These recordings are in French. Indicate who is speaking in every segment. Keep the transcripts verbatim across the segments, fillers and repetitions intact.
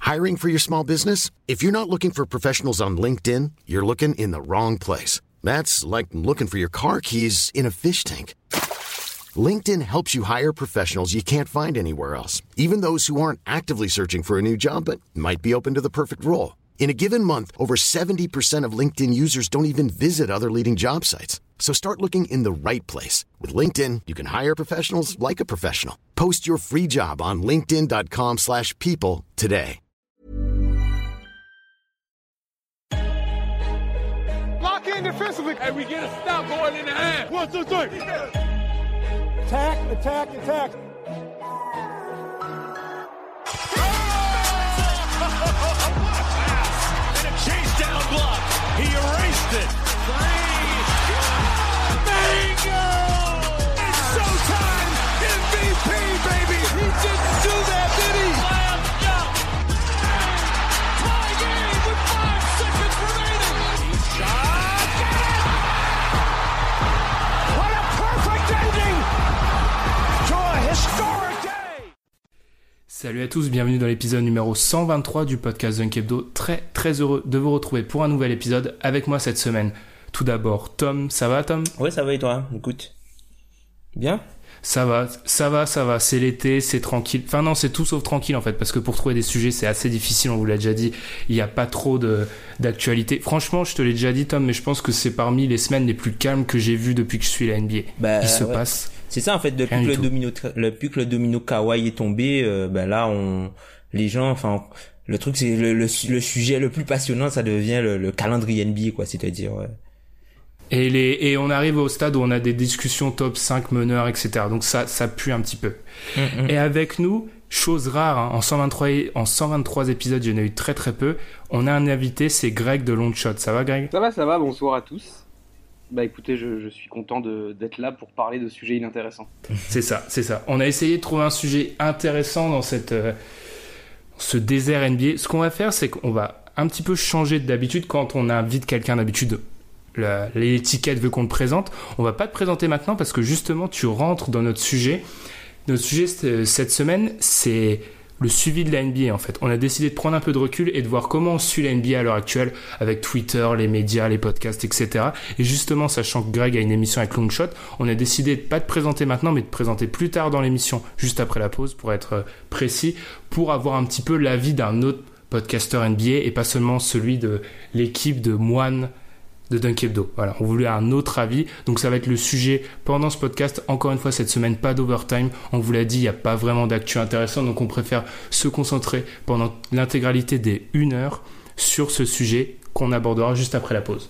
Speaker 1: Hiring for your small business? If you're not looking for professionals on LinkedIn, you're looking in the wrong place. That's like looking for your car keys in a fish tank. LinkedIn helps you hire professionals you can't find anywhere else, even those who aren't actively searching for a new job but might be open to the perfect role. In a given month, over seventy percent of LinkedIn users don't even visit other leading job sites. So start looking in the right place. With LinkedIn, you can hire professionals like a professional. Post your free job on linkedin.com slash people today.
Speaker 2: Lock in defensively.
Speaker 3: And we get a stop going in the half.
Speaker 2: One, two, three. Attack, attack, attack.
Speaker 3: And a chase down block. He erased it. Three. Bingo! It's showtime. M V P, baby. He didn't do that, did he? Slam dunk. Tie game with five seconds remaining. He shot.
Speaker 2: What a perfect ending to a historic day.
Speaker 4: Salut à tous, bienvenue dans l'épisode numéro cent vingt-trois du podcast Dunk Hebdo. Très très heureux de vous retrouver pour un nouvel épisode avec moi cette semaine. Tout d'abord, Tom, ça va Tom ?
Speaker 5: Ouais, ça va et toi ? Écoute. Bien ?
Speaker 4: Ça va, ça va, ça va, c'est l'été, c'est tranquille. Enfin non, c'est tout sauf tranquille en fait, parce que pour trouver des sujets, c'est assez difficile, on vous l'a déjà dit. Il n'y a pas trop de, d'actualité. Franchement, je te l'ai déjà dit Tom, mais je pense que c'est parmi les semaines les plus calmes que j'ai vues depuis que je suis la N B A.
Speaker 5: Bah,
Speaker 4: Il se
Speaker 5: ouais.
Speaker 4: passe...
Speaker 5: C'est ça en fait, depuis que le domino, depuis que le domino Kawhi est tombé, euh, ben là, on, les gens, enfin, le truc c'est le, le, le sujet le plus passionnant, ça devient le, le calendrier N B A quoi, c'est-à-dire. Ouais.
Speaker 4: Et, les, et on arrive au stade où on a des discussions top cinq meneurs, et cetera. Donc ça, ça pue un petit peu. Mm-hmm. Et avec nous, chose rare, hein, en cent vingt-trois, en cent vingt-trois épisodes, il y en a eu très très peu. On a un invité, c'est Greg de Longshot. Ça va Greg ?
Speaker 6: Ça va, ça va, bonsoir à tous. Bah écoutez, je, je suis content de, d'être là pour parler de sujets inintéressants.
Speaker 4: C'est ça, c'est ça. On a essayé de trouver un sujet intéressant dans cette, euh, ce désert N B A. Ce qu'on va faire, c'est qu'on va un petit peu changer d'habitude quand on invite quelqu'un d'habitude. La, l'étiquette veut qu'on le présente. On va pas te présenter maintenant parce que justement, tu rentres dans notre sujet. Notre sujet cette semaine, c'est le suivi de la N B A en fait. On a décidé de prendre un peu de recul et de voir comment on suit la N B A à l'heure actuelle avec Twitter, les médias, les podcasts, et cetera. Et justement, sachant que Greg a une émission avec Longshot, on a décidé de pas te présenter maintenant, mais de te présenter plus tard dans l'émission, juste après la pause, pour être précis, pour avoir un petit peu l'avis d'un autre podcasteur N B A et pas seulement celui de l'équipe de Moine de Dunk Hebdo. Voilà, on voulait un autre avis, donc ça va être le sujet pendant ce podcast. Encore une fois, cette semaine, pas d'overtime. On vous l'a dit, il n'y a pas vraiment d'actu intéressant, donc on préfère se concentrer pendant l'intégralité des une heure sur ce sujet qu'on abordera juste après la pause.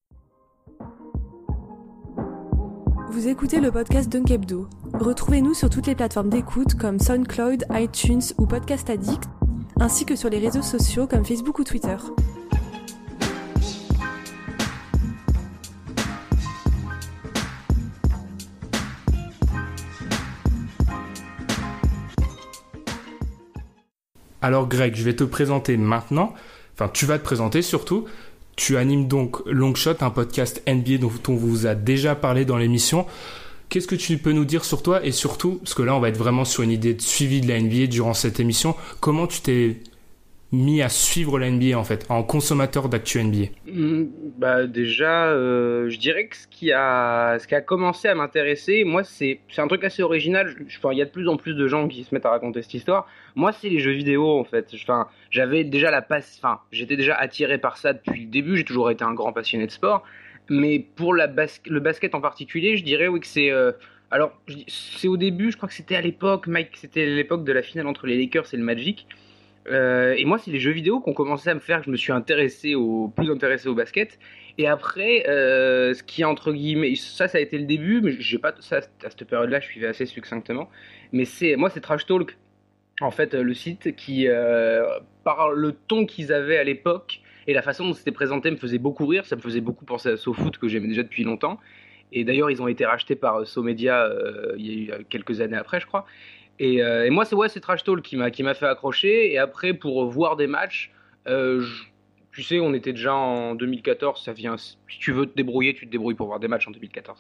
Speaker 7: Vous écoutez le podcast Dunk Hebdo. Retrouvez-nous sur toutes les plateformes d'écoute comme SoundCloud, iTunes ou Podcast Addict, ainsi que sur les réseaux sociaux comme Facebook ou Twitter.
Speaker 4: Alors Greg, je vais te présenter maintenant, enfin tu vas te présenter surtout, tu animes donc Longshot, un podcast N B A dont on vous a déjà parlé dans l'émission. Qu'est-ce que tu peux nous dire sur toi et surtout, parce que là on va être vraiment sur une idée de suivi de la N B A durant cette émission, comment tu t'es mis à suivre la N B A en fait, en consommateur d'actu N B A?
Speaker 6: Mmh, bah déjà, euh, je dirais que ce qui a, ce qui a commencé à m'intéresser, moi c'est, c'est un truc assez original. Je, enfin, il y a de plus en plus de gens qui se mettent à raconter cette histoire. Moi, c'est les jeux vidéo en fait. Enfin, j'avais déjà la passe, enfin, j'étais déjà attiré par ça depuis le début. J'ai toujours été un grand passionné de sport, mais pour la bas- le basket en particulier, je dirais oui que c'est. Euh, alors, je dis- c'est au début, je crois que c'était à l'époque, Mike, c'était l'époque de la finale entre les Lakers et le Magic. Euh, et moi, c'est les jeux vidéo qui ont commencé à me faire que je me suis intéressé au plus intéressé au basket. Et après, euh, ce qui est entre guillemets, ça, ça a été le début, mais j'ai pas ça à cette période-là, je suivais assez succinctement. Mais c'est moi, c'est Trash Talk, en fait, le site qui, euh, par le ton qu'ils avaient à l'époque et la façon dont c'était présenté, me faisait beaucoup rire. Ça me faisait beaucoup penser à SoFoot que j'aimais déjà depuis longtemps. Et d'ailleurs, ils ont été rachetés par SoMedia euh, il y a eu quelques années après, je crois. Et, euh, et moi, c'est ouais, c'est Trash Talk qui m'a qui m'a fait accrocher. Et après, pour voir des matchs, euh, je, tu sais, on était déjà en deux mille quatorze. Ça vient. Si tu veux te débrouiller, tu te débrouilles pour voir des matchs en deux mille quatorze.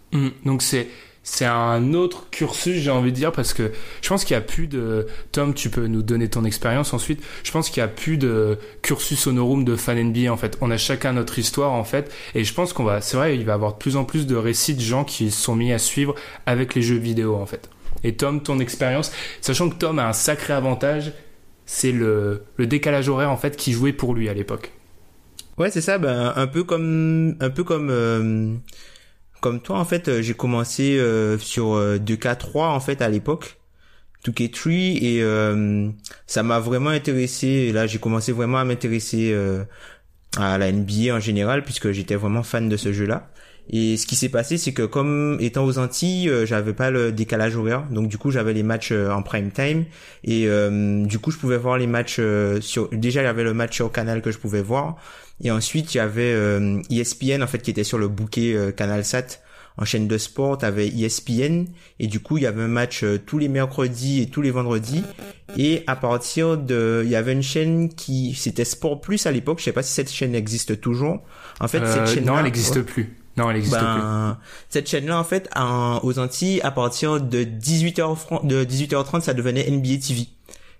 Speaker 4: Mmh, donc c'est c'est un autre cursus, j'ai envie de dire, parce que je pense qu'il y a plus de... Tom, tu peux nous donner ton expérience ensuite. Je pense qu'il y a plus de cursus honorum de fan N B A, en fait. On a chacun notre histoire, en fait. Et je pense qu'on va... C'est vrai, il va y avoir de plus en plus de récits de gens qui se sont mis à suivre avec les jeux vidéo, en fait. Et Tom, ton expérience, sachant que Tom a un sacré avantage, c'est le, le décalage horaire, en fait, qui jouait pour lui à l'époque.
Speaker 5: Ouais, c'est ça, ben, un peu comme... Un peu comme... Euh... Comme toi, en fait, j'ai commencé euh, sur euh, deux K trois, en fait, à l'époque, deux K trois, et euh, ça m'a vraiment intéressé. Et là, j'ai commencé vraiment à m'intéresser euh, à la N B A en général, puisque j'étais vraiment fan de ce jeu-là. Et ce qui s'est passé, c'est que comme étant aux Antilles, euh, j'avais pas le décalage horaire, donc du coup, j'avais les matchs euh, en prime time, et euh, du coup, je pouvais voir les matchs euh, sur... Déjà, il y avait le match sur Canal que je pouvais voir. Et ensuite, il y avait euh, E S P N, en fait, qui était sur le bouquet euh, CanalSat en chaîne de sport. T'avais E S P N, et du coup, il y avait un match euh, tous les mercredis et tous les vendredis. Et à partir de... Il y avait une chaîne qui... C'était Sport Plus à l'époque. Je sais pas si cette chaîne existe toujours. En fait,
Speaker 4: euh,
Speaker 5: cette chaîne
Speaker 4: Non, elle n'existe ouais. plus. Non, elle n'existe
Speaker 5: ben, plus. Cette chaîne-là, en fait, en, aux Antilles, à partir de dix-huit heures, de dix-huit heures trente, ça devenait N B A T V.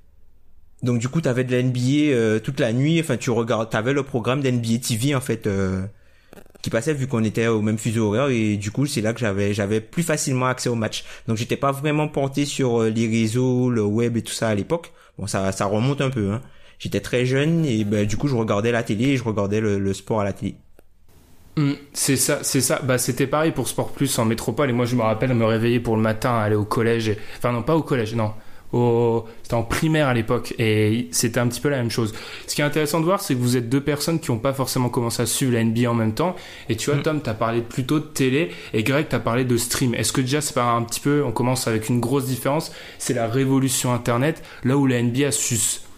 Speaker 5: Donc du coup, t'avais de la N B A euh, toute la nuit. Enfin, tu regardes, t'avais le programme d'N B A T V en fait euh, qui passait vu qu'on était au même fuseau horaire. Et du coup, c'est là que j'avais j'avais plus facilement accès au match. Donc j'étais pas vraiment porté sur euh, les réseaux, le web et tout ça à l'époque. Bon, ça ça remonte un peu. Hein. J'étais très jeune et ben du coup, je regardais la télé et je regardais le, le sport à la télé.
Speaker 4: Mmh, c'est ça, c'est ça. Bah, c'était pareil pour Sport Plus en métropole. Et moi, je me rappelle me réveiller pour le matin, aller au collège. Et... Enfin non, pas au collège, non. Au... C'était en primaire à l'époque et c'était un petit peu la même chose. Ce qui est intéressant de voir, c'est que vous êtes deux personnes qui n'ont pas forcément commencé à suivre la N B A en même temps. Et tu vois, mmh. Tom, t'as parlé plutôt de télé et Greg, t'as parlé de stream. Est-ce que déjà, c'est pas un petit peu, on commence avec une grosse différence, c'est la révolution Internet, là où la N B A a su,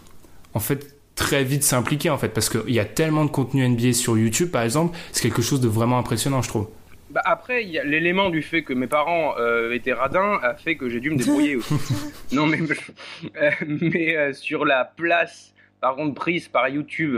Speaker 4: en fait, très vite s'impliquer, en fait, parce qu'il y a tellement de contenu N B A sur YouTube, par exemple, c'est quelque chose de vraiment impressionnant, je trouve.
Speaker 6: Bah après, y a l'élément du fait que mes parents euh, étaient radins a fait que j'ai dû me débrouiller aussi. Non mais, euh, mais euh, sur la place, par contre, prise par YouTube,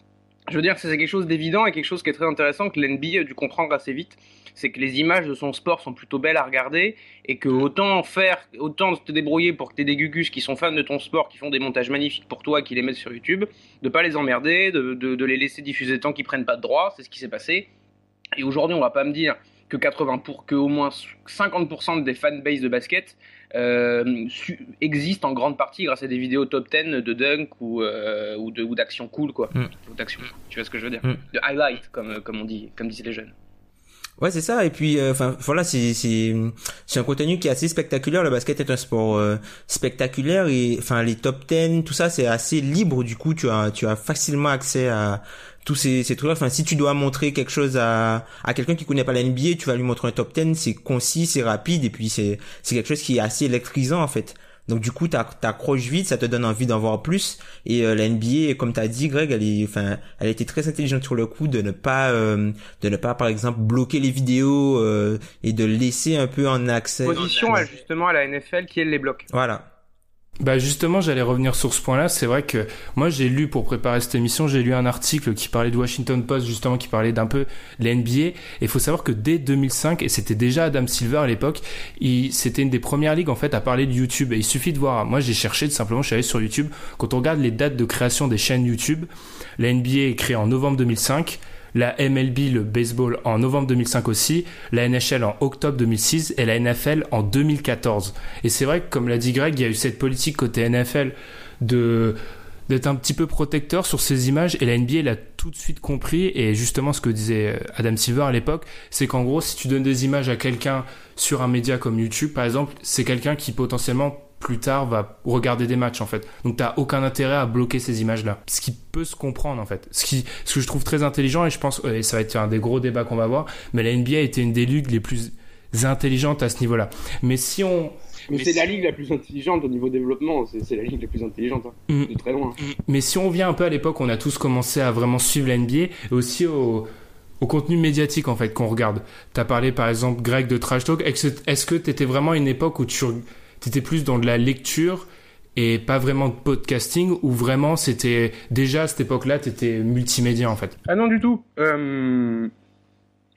Speaker 6: je veux dire que c'est quelque chose d'évident et quelque chose qui est très intéressant que l'N B A a dû comprendre assez vite. C'est que les images de son sport sont plutôt belles à regarder et que autant faire, autant te débrouiller pour que t'aies des gugus qui sont fans de ton sport, qui font des montages magnifiques pour toi, qui les mettent sur YouTube, de pas les emmerder, de, de, de les laisser diffuser tant qu'ils prennent pas de droits, c'est ce qui s'est passé. Et aujourd'hui, on va pas me dire que quatre-vingts pour que au moins cinquante pour cent des fanbases de basket euh, su, existent en grande partie grâce à des vidéos top dix de dunk ou euh, ou, de, ou d'action cool quoi, mm. ou d'action. Tu vois ce que je veux dire, mm. de highlight comme comme on dit, comme disent les jeunes.
Speaker 5: Ouais, c'est ça. Et puis, enfin, euh, voilà, c'est c'est c'est un contenu qui est assez spectaculaire. Le basket est un sport euh, spectaculaire et enfin les top dix, tout ça, c'est assez libre. Du coup, tu as tu as facilement accès à tous ces ces trucs-là. Enfin, si tu dois montrer quelque chose à à quelqu'un qui connaît pas la N B A, tu vas lui montrer un top dix. C'est concis, c'est rapide et puis c'est c'est quelque chose qui est assez électrisant en fait. Donc du coup, t'accroches vite, ça te donne envie d'en voir plus. Et euh, la N B A, comme t'as dit, Greg, elle est, enfin, elle a été très intelligente sur le coup de ne pas, euh, de ne pas, par exemple, bloquer les vidéos euh, et de laisser un peu en accès.
Speaker 6: Position à, justement à la N F L qui elle les bloque.
Speaker 5: Voilà.
Speaker 4: Bah justement, j'allais revenir sur ce point-là. C'est vrai que moi, j'ai lu pour préparer cette émission, j'ai lu un article qui parlait de Washington Post, justement, qui parlait d'un peu de la N B A. Et il faut savoir que dès deux mille cinq, et c'était déjà Adam Silver à l'époque, il, c'était une des premières ligues en fait à parler de YouTube. Et il suffit de voir. Moi, j'ai cherché tout simplement, je suis allé sur YouTube. Quand on regarde les dates de création des chaînes YouTube, la N B A est créée en novembre deux mille cinq. La M L B, le baseball, en novembre deux mille cinq aussi, la N H L en octobre deux mille six et la N F L en deux mille quatorze. Et c'est vrai que, comme l'a dit Greg, il y a eu cette politique côté N F L de, d'être un petit peu protecteur sur ces images et la N B A l'a tout de suite compris. Et justement, ce que disait Adam Silver à l'époque, c'est qu'en gros, si tu donnes des images à quelqu'un sur un média comme YouTube, par exemple, c'est quelqu'un qui potentiellement plus tard va regarder des matchs en fait. Donc t'as aucun intérêt à bloquer ces images-là. Ce qui peut se comprendre en fait. Ce qui, ce que je trouve très intelligent et je pense, et ça va être un des gros débats qu'on va avoir, mais la N B A était une des ligues les plus intelligentes à ce niveau-là. Mais si on...
Speaker 6: Mais, mais c'est si... la ligue la plus intelligente au niveau développement, c'est, c'est la ligue la plus intelligente, hein, mmh. de très loin.
Speaker 4: Mais si on vient un peu à l'époque, on a tous commencé à vraiment suivre la N B A et aussi au... au contenu médiatique en fait qu'on regarde. T'as parlé par exemple, Greg, de Trash Talk. Est-ce que t'étais vraiment à une époque où tu t'étais plus dans de la lecture et pas vraiment de podcasting, ou vraiment c'était déjà à cette époque-là t'étais multimédia en fait?
Speaker 6: Ah non du tout. Euh...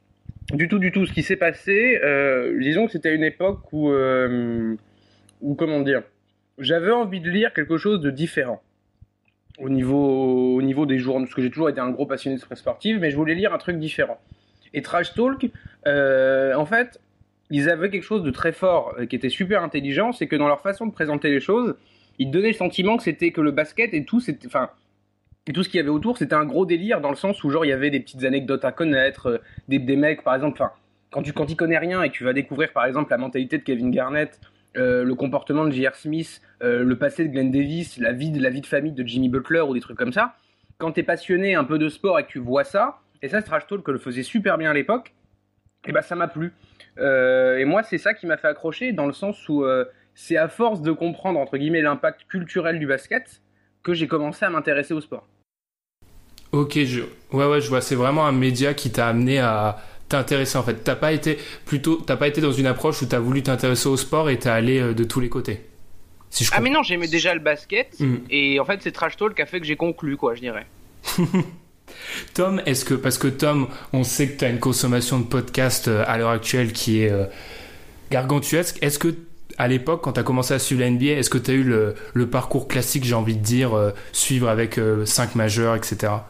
Speaker 6: Du tout, du tout. Ce qui s'est passé, euh, disons que c'était une époque où, euh, où, comment dire, j'avais envie de lire quelque chose de différent. Au niveau, au niveau des journaux, parce que j'ai toujours été un gros passionné de presse sportive, mais je voulais lire un truc différent. Et Trash Talk, euh, en fait, ils avaient quelque chose de très fort, euh, qui était super intelligent, c'est que dans leur façon de présenter les choses, ils donnaient le sentiment que c'était que le basket et tout, c'était, enfin, et tout ce qu'il y avait autour, c'était un gros délire dans le sens où genre il y avait des petites anecdotes à connaître, euh, des, des mecs par exemple, enfin, quand tu quand tu connais rien et que tu vas découvrir par exemple la mentalité de Kevin Garnett, euh, le comportement de J R. Smith, euh, le passé de Glenn Davis, la vie de la vie de famille de Jimmy Butler ou des trucs comme ça. Quand t'es passionné un peu de sport et que tu vois ça, et ça Trash Talk le faisait super bien à l'époque, et bah ça m'a plu. Euh, et moi c'est ça qui m'a fait accrocher dans le sens où euh, c'est à force de comprendre entre guillemets l'impact culturel du basket que j'ai commencé à m'intéresser au sport.
Speaker 4: Ok, je... ouais, ouais, je vois. C'est vraiment un média qui t'a amené à t'intéresser en fait. T'as pas été plutôt, t'as pas été dans une approche où t'as voulu t'intéresser au sport et t'es allé euh, de tous les côtés. Si je
Speaker 6: ah mais non, j'aimais déjà le basket
Speaker 4: mmh.
Speaker 6: et en fait c'est Trash Talk qui a fait que j'ai conclu quoi, je dirais.
Speaker 4: Tom, est-ce que parce que Tom, on sait que t'as une consommation de podcasts euh, à l'heure actuelle qui est euh, gargantuesque. Est-ce que à l'époque, quand t'as commencé à suivre la N B A, est-ce que t'as eu le, le parcours classique, j'ai envie de dire, euh, suivre avec euh, cinq majeurs, et cetera.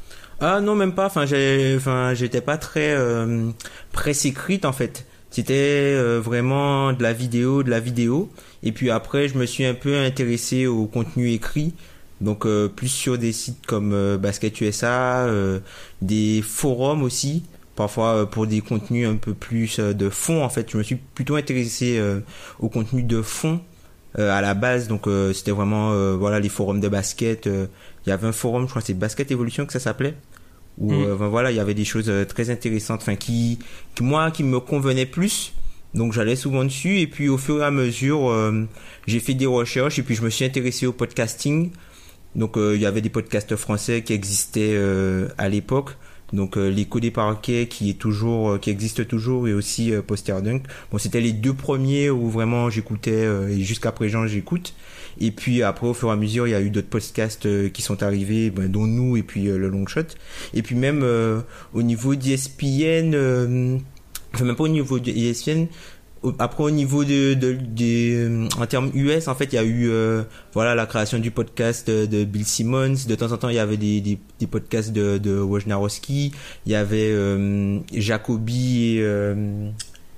Speaker 5: Ah non, même pas. Enfin, j'ai, enfin, j'étais pas très euh, presse écrite en fait. C'était euh, vraiment de la vidéo, de la vidéo. Et puis après, je me suis un peu intéressé au contenu écrit. Donc euh, plus sur des sites comme euh, Basket U S A, euh, des forums aussi. Parfois euh, pour des contenus un peu plus euh, de fond en fait. Je me suis plutôt intéressé euh, au contenu de fond euh, à la base. Donc euh, c'était vraiment euh, voilà les forums de basket. Euh, il y avait un forum, je crois que c'est Basket Evolution que ça s'appelait. Où mmh. euh, ben voilà, il y avait des choses euh, très intéressantes, enfin qui, qui moi qui me convenaient plus. Donc j'allais souvent dessus et puis au fur et à mesure, euh, j'ai fait des recherches et puis je me suis intéressé au podcasting. Donc euh, il y avait des podcasts français qui existaient euh, à l'époque. Donc euh, l'écho des parquets qui est toujours, euh, qui existe toujours et aussi euh, Poster Dunk. Bon, c'était les deux premiers où vraiment j'écoutais euh, et jusqu'à présent j'écoute. Et puis après au fur et à mesure il y a eu d'autres podcasts euh, qui sont arrivés, ben, dont nous et puis euh, le Long Shot. Et puis même euh, au niveau d'E S P N, euh, enfin même pas au niveau d'E S P N. Après au niveau de, de, de, en termes U S en fait il y a eu euh, voilà la création du podcast de, de Bill Simmons. De temps en temps il y avait des, des, des podcasts de, de Wojnarowski, il y avait euh, Jacoby et, euh,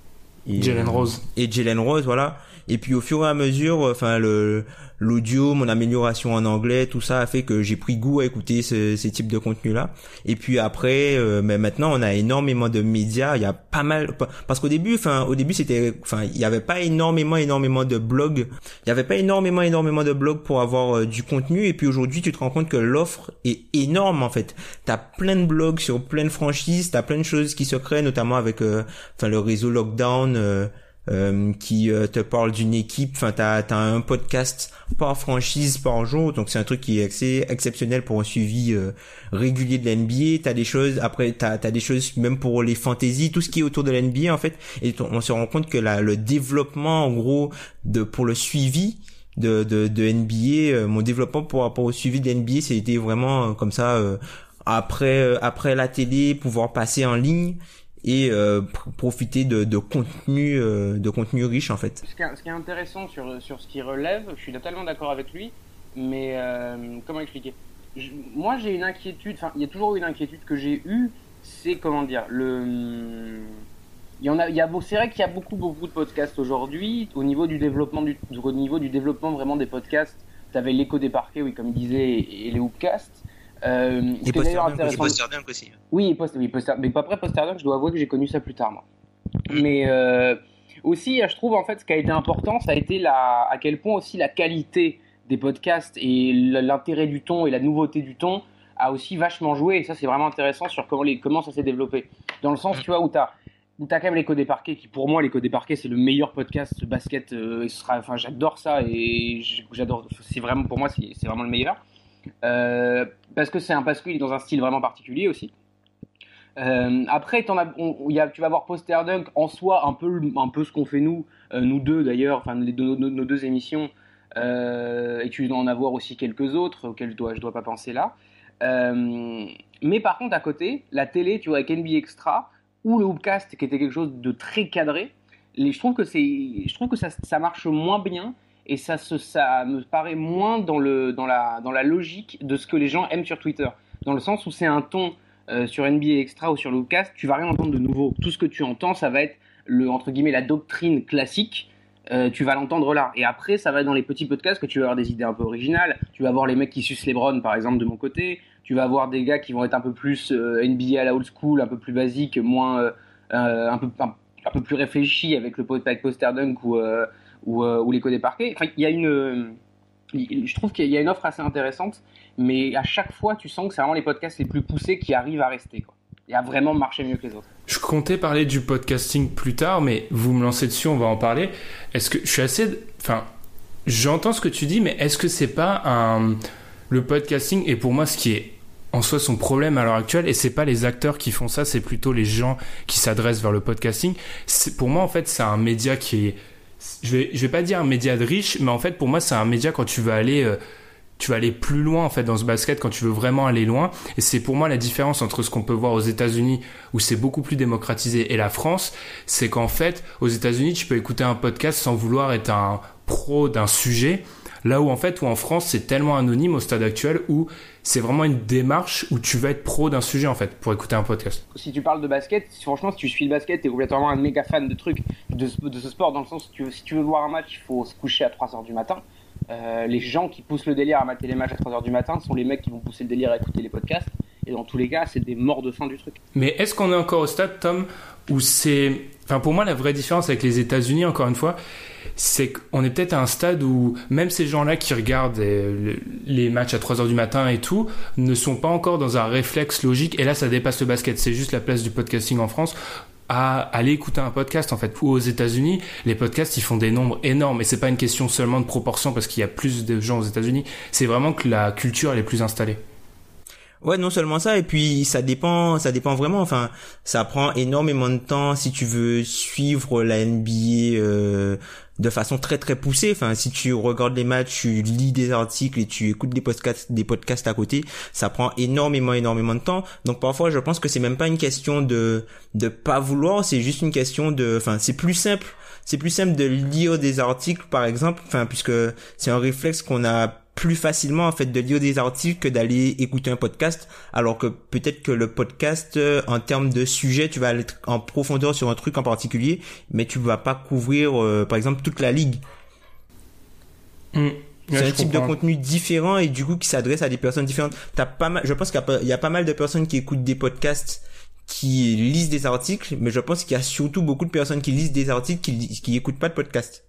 Speaker 4: et Jalen Rose
Speaker 5: et Jalen Rose voilà. Et puis au fur et à mesure enfin le l'audio, mon amélioration en anglais, tout ça a fait que j'ai pris goût à écouter ce, ces types de contenus là. Et puis après, euh, mais maintenant on a énormément de médias. Il y a pas mal parce qu'au début, enfin au début c'était, enfin il y avait pas énormément énormément de blogs. Il y avait pas énormément énormément de blogs pour avoir euh, du contenu. Et puis aujourd'hui, tu te rends compte que l'offre est énorme en fait. T'as plein de blogs sur plein de franchises. T'as plein de choses qui se créent, notamment avec, euh, enfin le réseau Lockdown. Euh, Euh, qui euh, te parle d'une équipe. Enfin, t'as t'as un podcast par franchise par jour, donc c'est un truc qui est assez exceptionnel pour un suivi euh, régulier de la N B A. T'as des choses après, t'as t'as des choses même pour les fantasy, tout ce qui est autour de la N B A en fait. Et on se rend compte que la, le développement en gros de pour le suivi de de, de N B A, euh, mon développement pour rapport au suivi de la N B A, c'était vraiment euh, comme ça euh, après euh, après la télé, pouvoir passer en ligne. Et euh, pr- profiter de, de contenu euh, de contenu riche en fait.
Speaker 6: Ce qui est, ce qui est intéressant sur sur ce qu'il relève, je suis totalement d'accord avec lui, mais euh, comment expliquer je, moi j'ai une inquiétude, enfin il y a toujours eu une inquiétude que j'ai eue, c'est comment dire le il y en a il y a c'est vrai qu'il y a beaucoup beaucoup de podcasts aujourd'hui au niveau du développement du au niveau du développement vraiment des podcasts. T'avais l'écho des parquets, oui comme il disait, et, et les hoopcasts. Euh,
Speaker 5: et Poster Dunk aussi.
Speaker 6: Oui, post, oui poster, mais pas après Poster Dunk, je dois avouer que j'ai connu ça plus tard moi. Mais euh, aussi, je trouve en fait ce qui a été important, ça a été la, à quel point aussi la qualité des podcasts et l'intérêt du ton et la nouveauté du ton a aussi vachement joué. Et ça, c'est vraiment intéressant sur comment les comment ça s'est développé. Dans le sens, tu vois, où t'as où t'as quand même l'écho des parquets, qui pour moi l'écho des parquets c'est le meilleur podcast de basket. Euh, ce sera, enfin, j'adore ça et j'adore. C'est vraiment pour moi c'est, c'est vraiment le meilleur. Euh, parce que c'est un parce qu'il est dans un style vraiment particulier aussi. Euh, après, t'en as, on, y a, tu vas voir Poster Dunk en soi un peu, un peu ce qu'on fait nous, euh, nous deux d'ailleurs, enfin les deux, nos, nos deux émissions, euh, et tu dois en avoir aussi quelques autres auxquels je dois, je dois pas penser là. Euh, mais par contre à côté, la télé, tu vois avec N B A Extra, ou le Hoopcast qui était quelque chose de très cadré, les, je trouve que, c'est, je trouve que ça, ça marche moins bien et ça, se, ça me paraît moins dans, le, dans, la, dans la logique de ce que les gens aiment sur Twitter. Dans le sens où c'est un ton euh, sur N B A Extra ou sur le Hoopcast, tu vas rien entendre de nouveau. Tout ce que tu entends, ça va être le, entre guillemets, la doctrine classique. Euh, tu vas l'entendre là. Et après, ça va être dans les petits podcasts que tu vas avoir des idées un peu originales. Tu vas avoir les mecs qui sucent les Browns, par exemple, de mon côté. Tu vas avoir des gars qui vont être un peu plus euh, N B A à la old school, un peu plus basique, moins, euh, euh, un, peu, un, un peu plus réfléchi avec le avec Poster Dunk ou, euh, ou, euh, ou les codes des parquets. Enfin, il y a une, euh, je trouve qu'il y a une offre assez intéressante, mais à chaque fois, tu sens que c'est vraiment les podcasts les plus poussés qui arrivent à rester, quoi, et à vraiment marcher mieux que les autres.
Speaker 4: Je comptais parler du podcasting plus tard, mais vous me lancez dessus, on va en parler. Est-ce que je suis assez, enfin, j'entends ce que tu dis, mais est-ce que c'est pas un, le podcasting est pour moi ce qui est en soi son problème à l'heure actuelle, et c'est pas les acteurs qui font ça, c'est plutôt les gens qui s'adressent vers le podcasting. C'est, pour moi, en fait, c'est un média qui est, je vais, je vais pas dire un média de riche, mais en fait, pour moi, c'est un média quand tu veux aller, euh, tu vas aller plus loin, en fait, dans ce basket, quand tu veux vraiment aller loin. Et c'est pour moi la différence entre ce qu'on peut voir aux États-Unis, où c'est beaucoup plus démocratisé, et la France, c'est qu'en fait, aux États-Unis, tu peux écouter un podcast sans vouloir être un pro d'un sujet. Là où en fait, où en France, c'est tellement anonyme au stade actuel où c'est vraiment une démarche où tu vas être pro d'un sujet en fait pour écouter un podcast.
Speaker 6: Si tu parles de basket, franchement, si tu suis le basket, t'es complètement un méga fan de trucs, de, de ce sport, dans le sens où tu veux, si tu veux voir un match, il faut se coucher à trois heures du matin. Euh, les gens qui poussent le délire à mater les matchs à trois heures du matin sont les mecs qui vont pousser le délire à écouter les podcasts. Et dans tous les cas, c'est des morts de faim du truc.
Speaker 4: Mais est-ce qu'on est encore au stade, Tom, où c'est... Enfin, pour moi, la vraie différence avec les États-Unis, encore une fois, c'est qu'on est peut-être à un stade où même ces gens-là qui regardent les matchs à trois heures du matin et tout ne sont pas encore dans un réflexe logique. Et là, ça dépasse le basket. C'est juste la place du podcasting en France à aller écouter un podcast en fait. Ou aux États-Unis, les podcasts ils font des nombres énormes et c'est pas une question seulement de proportion parce qu'il y a plus de gens aux États-Unis. C'est vraiment que la culture elle est plus installée.
Speaker 5: Ouais, non seulement ça, et puis ça dépend, ça dépend vraiment. Enfin, ça prend énormément de temps si tu veux suivre la N B A euh, de façon très très poussée. Enfin, si tu regardes les matchs, tu lis des articles et tu écoutes des podcasts, des podcasts à côté, ça prend énormément énormément de temps. Donc parfois, je pense que c'est même pas une question de de pas vouloir, c'est juste une question de. Enfin, c'est plus simple. C'est plus simple de lire des articles, par exemple. Enfin, puisque c'est un réflexe qu'on a plus facilement en fait de lire des articles que d'aller écouter un podcast, alors que peut-être que le podcast euh, en termes de sujet tu vas aller en profondeur sur un truc en particulier mais tu vas pas couvrir euh, par exemple toute la ligue.
Speaker 4: Mmh.
Speaker 5: C'est ouais, un type comprends. de contenu différent et du coup qui s'adresse à des personnes différentes. T'as pas mal, je pense qu'il y a, il y a pas mal de personnes qui écoutent des podcasts qui lisent des articles, mais je pense qu'il y a surtout beaucoup de personnes qui lisent des articles qui qui écoutent pas de podcast.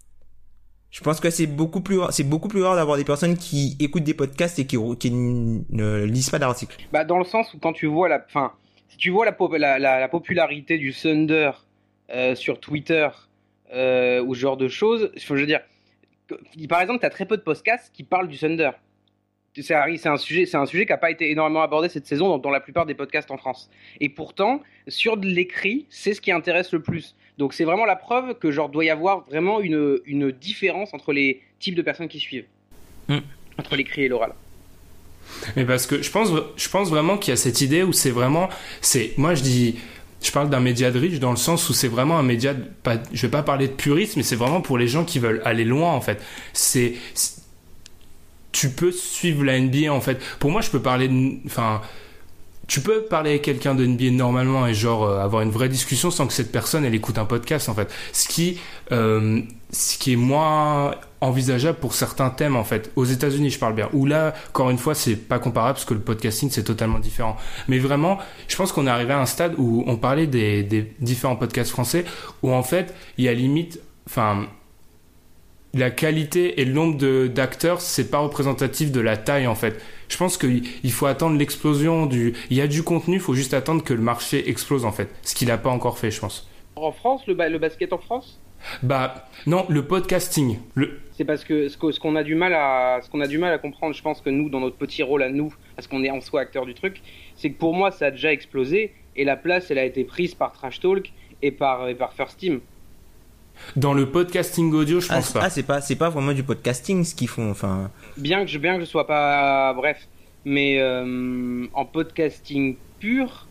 Speaker 5: Je pense que c'est beaucoup plus rare, c'est beaucoup plus rare d'avoir des personnes qui écoutent des podcasts et qui, qui ne lisent pas d'articles.
Speaker 6: Bah dans le sens où quand tu vois la, enfin, si tu vois la, la, la, la popularité du Thunder euh, sur Twitter euh, ou ce genre de choses, je veux dire, par exemple, t'as très peu de podcasts qui parlent du Thunder. C'est un sujet, c'est un sujet qui n'a pas été énormément abordé cette saison dans, dans la plupart des podcasts en France. Et pourtant, sur de l'écrit, c'est ce qui intéresse le plus. Donc c'est vraiment la preuve que genre doit y avoir vraiment une, une différence entre les types de personnes qui suivent. Mmh. Entre l'écrit et l'oral.
Speaker 4: Mais parce que je pense, je pense vraiment qu'il y a cette idée où c'est vraiment... c'est moi je dis... Je parle d'un média de riche dans le sens où c'est vraiment un média... De, pas, je vais pas parler de puriste, mais c'est vraiment pour les gens qui veulent aller loin en fait. C'est... c'est tu peux suivre la N B A en fait. Pour moi, je peux parler de... Enfin... Tu peux parler avec quelqu'un de N B A normalement et genre euh, avoir une vraie discussion sans que cette personne elle écoute un podcast en fait. Ce qui, euh, ce qui est moins envisageable pour certains thèmes en fait. Aux États-Unis, je parle bien. Où là, encore une fois, c'est pas comparable parce que le podcasting c'est totalement différent. Mais vraiment, je pense qu'on est arrivé à un stade où on parlait des, des différents podcasts français où en fait il y a limite, enfin. La qualité et le nombre de, d'acteurs, c'est pas représentatif de la taille en fait. Je pense qu'il il faut attendre l'explosion du... Il y a du contenu, il faut juste attendre que le marché explose en fait. Ce qu'il n'a pas encore fait, je pense.
Speaker 6: En France, le, ba- le basket en France ?
Speaker 4: Bah non, le podcasting. Le...
Speaker 6: C'est parce que ce, que ce qu'on a du mal à, ce qu'on a du mal à comprendre, je pense que nous, dans notre petit rôle à nous, parce qu'on est en soi acteur du truc, c'est que pour moi, ça a déjà explosé et la place, elle a été prise par Trash Talk et par, et par First Team.
Speaker 4: Dans le podcasting audio, je
Speaker 5: ah,
Speaker 4: pense pas.
Speaker 5: Ah, c'est pas, c'est pas vraiment du podcasting ce qu'ils font, enfin.
Speaker 6: Bien que je, bien que je sois pas, bref, mais euh, en podcasting pur,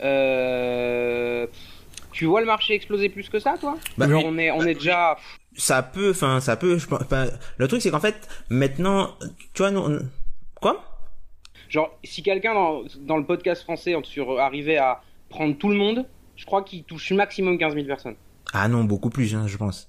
Speaker 6: Euh... Tu vois le marché exploser plus que ça, toi?
Speaker 5: Bah,
Speaker 6: Genre,
Speaker 5: oui.
Speaker 6: on est, on est déjà.
Speaker 5: Ça peut, enfin, ça peut. Je pense. Enfin, le truc, c'est qu'en fait, maintenant, tu vois, nous, on... quoi?
Speaker 6: Genre, si quelqu'un dans, dans le podcast français sur, arrivait à prendre tout le monde, je crois qu'il touche maximum quinze mille personnes.
Speaker 5: Ah non, beaucoup plus, hein, je pense.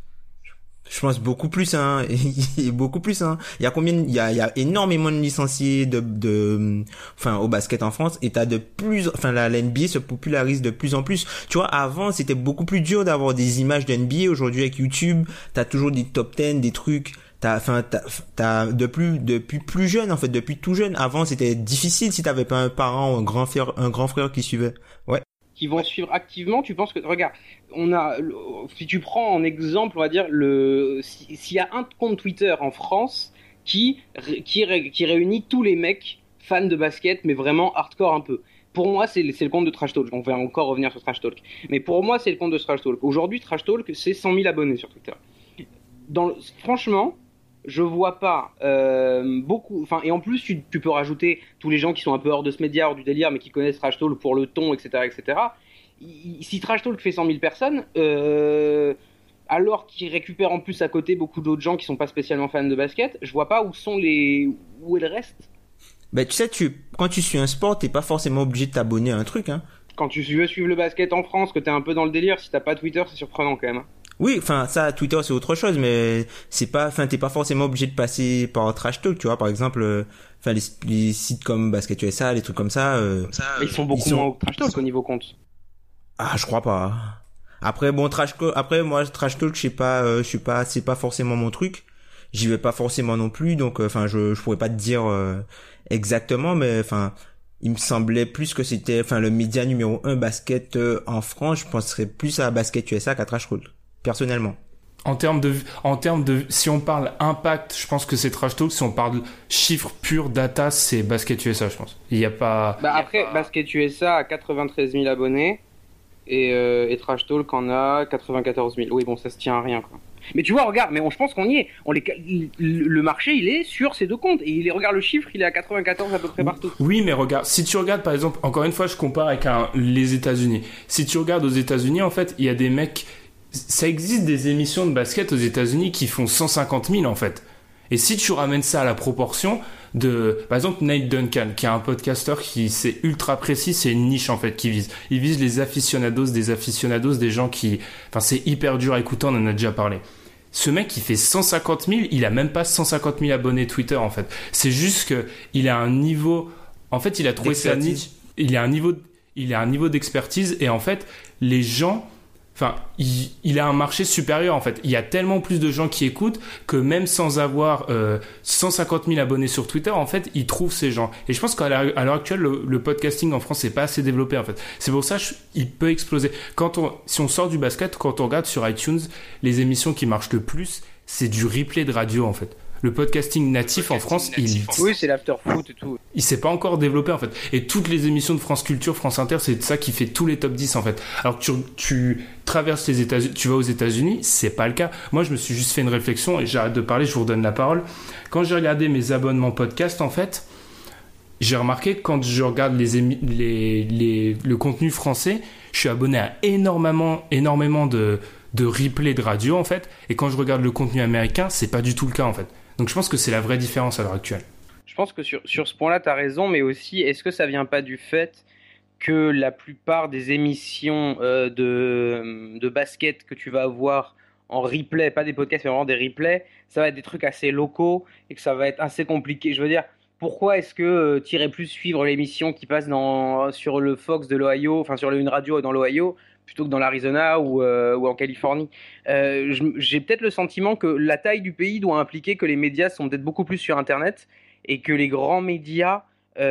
Speaker 5: Je pense beaucoup plus, hein, et beaucoup plus, hein. Il y a combien, il y a, il y a énormément de licenciés de, de, enfin, au basket en France, et t'as de plus, enfin, la, la N B A se popularise de plus en plus. Tu vois, avant, c'était beaucoup plus dur d'avoir des images de N B A. Aujourd'hui, avec YouTube, t'as toujours des top dix, des trucs. T'as, enfin, t'as, t'as, de plus, depuis plus jeune, en fait, depuis tout jeune. Avant, c'était difficile si t'avais pas un parent ou un grand frère, un grand frère qui suivait. Ouais.
Speaker 6: Qui vont suivre activement, tu penses que, regarde, on a, si tu prends en exemple, on va dire, le, s'il si y a un compte Twitter en France qui, qui, qui réunit tous les mecs fans de basket, mais vraiment hardcore un peu. Pour moi, c'est, c'est le compte de Trash Talk. On va encore revenir sur Trash Talk. Mais pour moi, c'est le compte de Trash Talk. Aujourd'hui, Trash Talk, c'est cent mille abonnés sur Twitter. Dans le, franchement, je vois pas euh, beaucoup. Enfin, et en plus, tu, tu peux rajouter tous les gens qui sont un peu hors de ce média, hors du délire, mais qui connaissent Trash Talk pour le ton, et cetera, et cetera. Il, si Trash Talk fait cent mille personnes, euh, alors qu'il récupère en plus à côté beaucoup d'autres gens qui sont pas spécialement fans de basket, je vois pas où sont les, où est le reste.
Speaker 5: Ben, tu sais, tu, quand tu suis un sport, t'es pas forcément obligé de t'abonner à un truc, hein.
Speaker 6: Quand tu veux suivre le basket en France, que t'es un peu dans le délire, si t'as pas Twitter, c'est surprenant quand même.
Speaker 5: Oui, enfin, ça, Twitter, c'est autre chose, mais c'est pas, enfin, t'es pas forcément obligé de passer par Trash Talk, tu vois, par exemple, euh, enfin, les, les sites comme Basket U S A, les trucs comme ça, euh,
Speaker 6: ça euh, ils sont beaucoup ils sont... moins au Trash Talk au niveau compte.
Speaker 5: Ah, je crois pas. Après, bon, Trash Talk, après, moi, Trash Talk, je sais pas, euh, je suis pas, c'est pas forcément mon truc. J'y vais pas forcément non plus, donc, enfin, euh, je, je pourrais pas te dire, euh, exactement, mais, enfin, il me semblait plus que c'était, enfin, le média numéro un basket euh, en France, je penserais plus à Basket U S A qu'à Trash Talk. Personnellement.
Speaker 4: En termes de, en termes de, si on parle impact, je pense que c'est Trash Talk. Si on parle chiffres purs, data, c'est Basket U S A, je pense. Il y a pas.
Speaker 6: Bah après,
Speaker 4: pas...
Speaker 6: Basket U S A a quatre-vingt-treize mille abonnés et, euh, et Trash Talk en a quatre-vingt-quatorze mille. Oui, bon, ça se tient à rien, quoi. Mais tu vois, regarde, mais on, je pense qu'on y est. On les, le marché, il est sur ces deux comptes et il est, regarde le chiffre, il est à quatre-vingt-quatorze à peu près partout.
Speaker 4: Oui, mais regarde, si tu regardes par exemple, encore une fois, je compare avec un, les États-Unis. Si tu regardes aux États-Unis, en fait, il y a des mecs. Ça existe des émissions de basket aux États-Unis qui font cent cinquante mille en fait. Et si tu ramènes ça à la proportion de, par exemple, Nate Duncan, qui est un podcasteur qui c'est ultra précis, c'est une niche en fait qui vise. Il vise les aficionados, des aficionados, des gens qui, enfin c'est hyper dur à écouter, on en a déjà parlé. Ce mec, il fait cent cinquante mille, il a même pas cent cinquante mille abonnés Twitter en fait. C'est juste que il a un niveau, en fait, il a trouvé sa niche, il a un niveau, il a un niveau d'expertise et en fait, les gens. Enfin, il, il a un marché supérieur en fait. Il y a tellement plus de gens qui écoutent que même sans avoir euh, cent cinquante mille abonnés sur Twitter, en fait, il trouve ces gens. Et je pense qu'à l'heure, à l'heure actuelle, le, le podcasting en France n'est pas assez développé en fait. C'est pour ça qu'il peut exploser. Quand on, si on sort du basket, quand on regarde sur iTunes, les émissions qui marchent le plus, c'est du replay de radio en fait. Le podcasting natif le podcasting en France, natif il...
Speaker 6: Oui, c'est l'after-foot et tout.
Speaker 4: Il s'est pas encore développé, en fait. Et toutes les émissions de France Culture, France Inter, c'est ça qui fait tous les top dix, en fait. Alors que tu, tu traverses les États-Unis, tu vas aux États-Unis, c'est pas le cas. Moi, je me suis juste fait une réflexion et j'arrête de parler, je vous redonne la parole. Quand j'ai regardé mes abonnements podcast, en fait, j'ai remarqué que quand je regarde les, émi- les, les, le contenu français, je suis abonné à énormément, énormément de, de replays de radio, en fait. Et quand je regarde le contenu américain, c'est pas du tout le cas, en fait. Donc je pense que c'est la vraie différence à l'heure actuelle.
Speaker 6: Je pense que sur, sur ce point-là, tu as raison, mais aussi, est-ce que ça vient pas du fait que la plupart des émissions euh, de, de basket que tu vas avoir en replay, pas des podcasts, mais vraiment des replays, ça va être des trucs assez locaux et que ça va être assez compliqué. Je veux dire, pourquoi est-ce que euh, tu irais plus suivre l'émission qui passe dans, sur le Fox de l'Ohio, enfin sur une radio dans l'Ohio, plutôt que dans l'Arizona ou, euh, ou en Californie. Euh, j'ai peut-être le sentiment que la taille du pays doit impliquer que les médias sont peut-être beaucoup plus sur Internet et que les grands médias...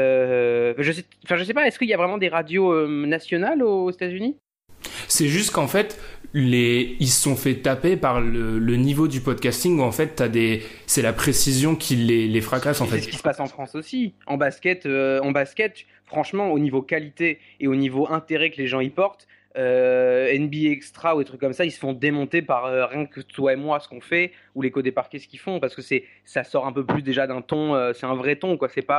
Speaker 6: Euh, je sais, enfin, je sais pas, est-ce qu'il y a vraiment des radios euh, nationales aux États-Unis ?
Speaker 4: C'est juste qu'en fait, les... ils se sont fait taper par le, le niveau du podcasting où en fait, t'as des... c'est la précision qui les, les fracasse en fait.
Speaker 6: C'est ce qui se passe en France aussi. En basket, euh, en basket, franchement, au niveau qualité et au niveau intérêt que les gens y portent, Euh, N B A Extra ou des trucs comme ça, ils se font démonter par euh, rien que toi et moi ce qu'on fait ou les codés parquets ce qu'ils font parce que c'est ça sort un peu plus déjà d'un ton, euh, c'est un vrai ton quoi, c'est pas euh,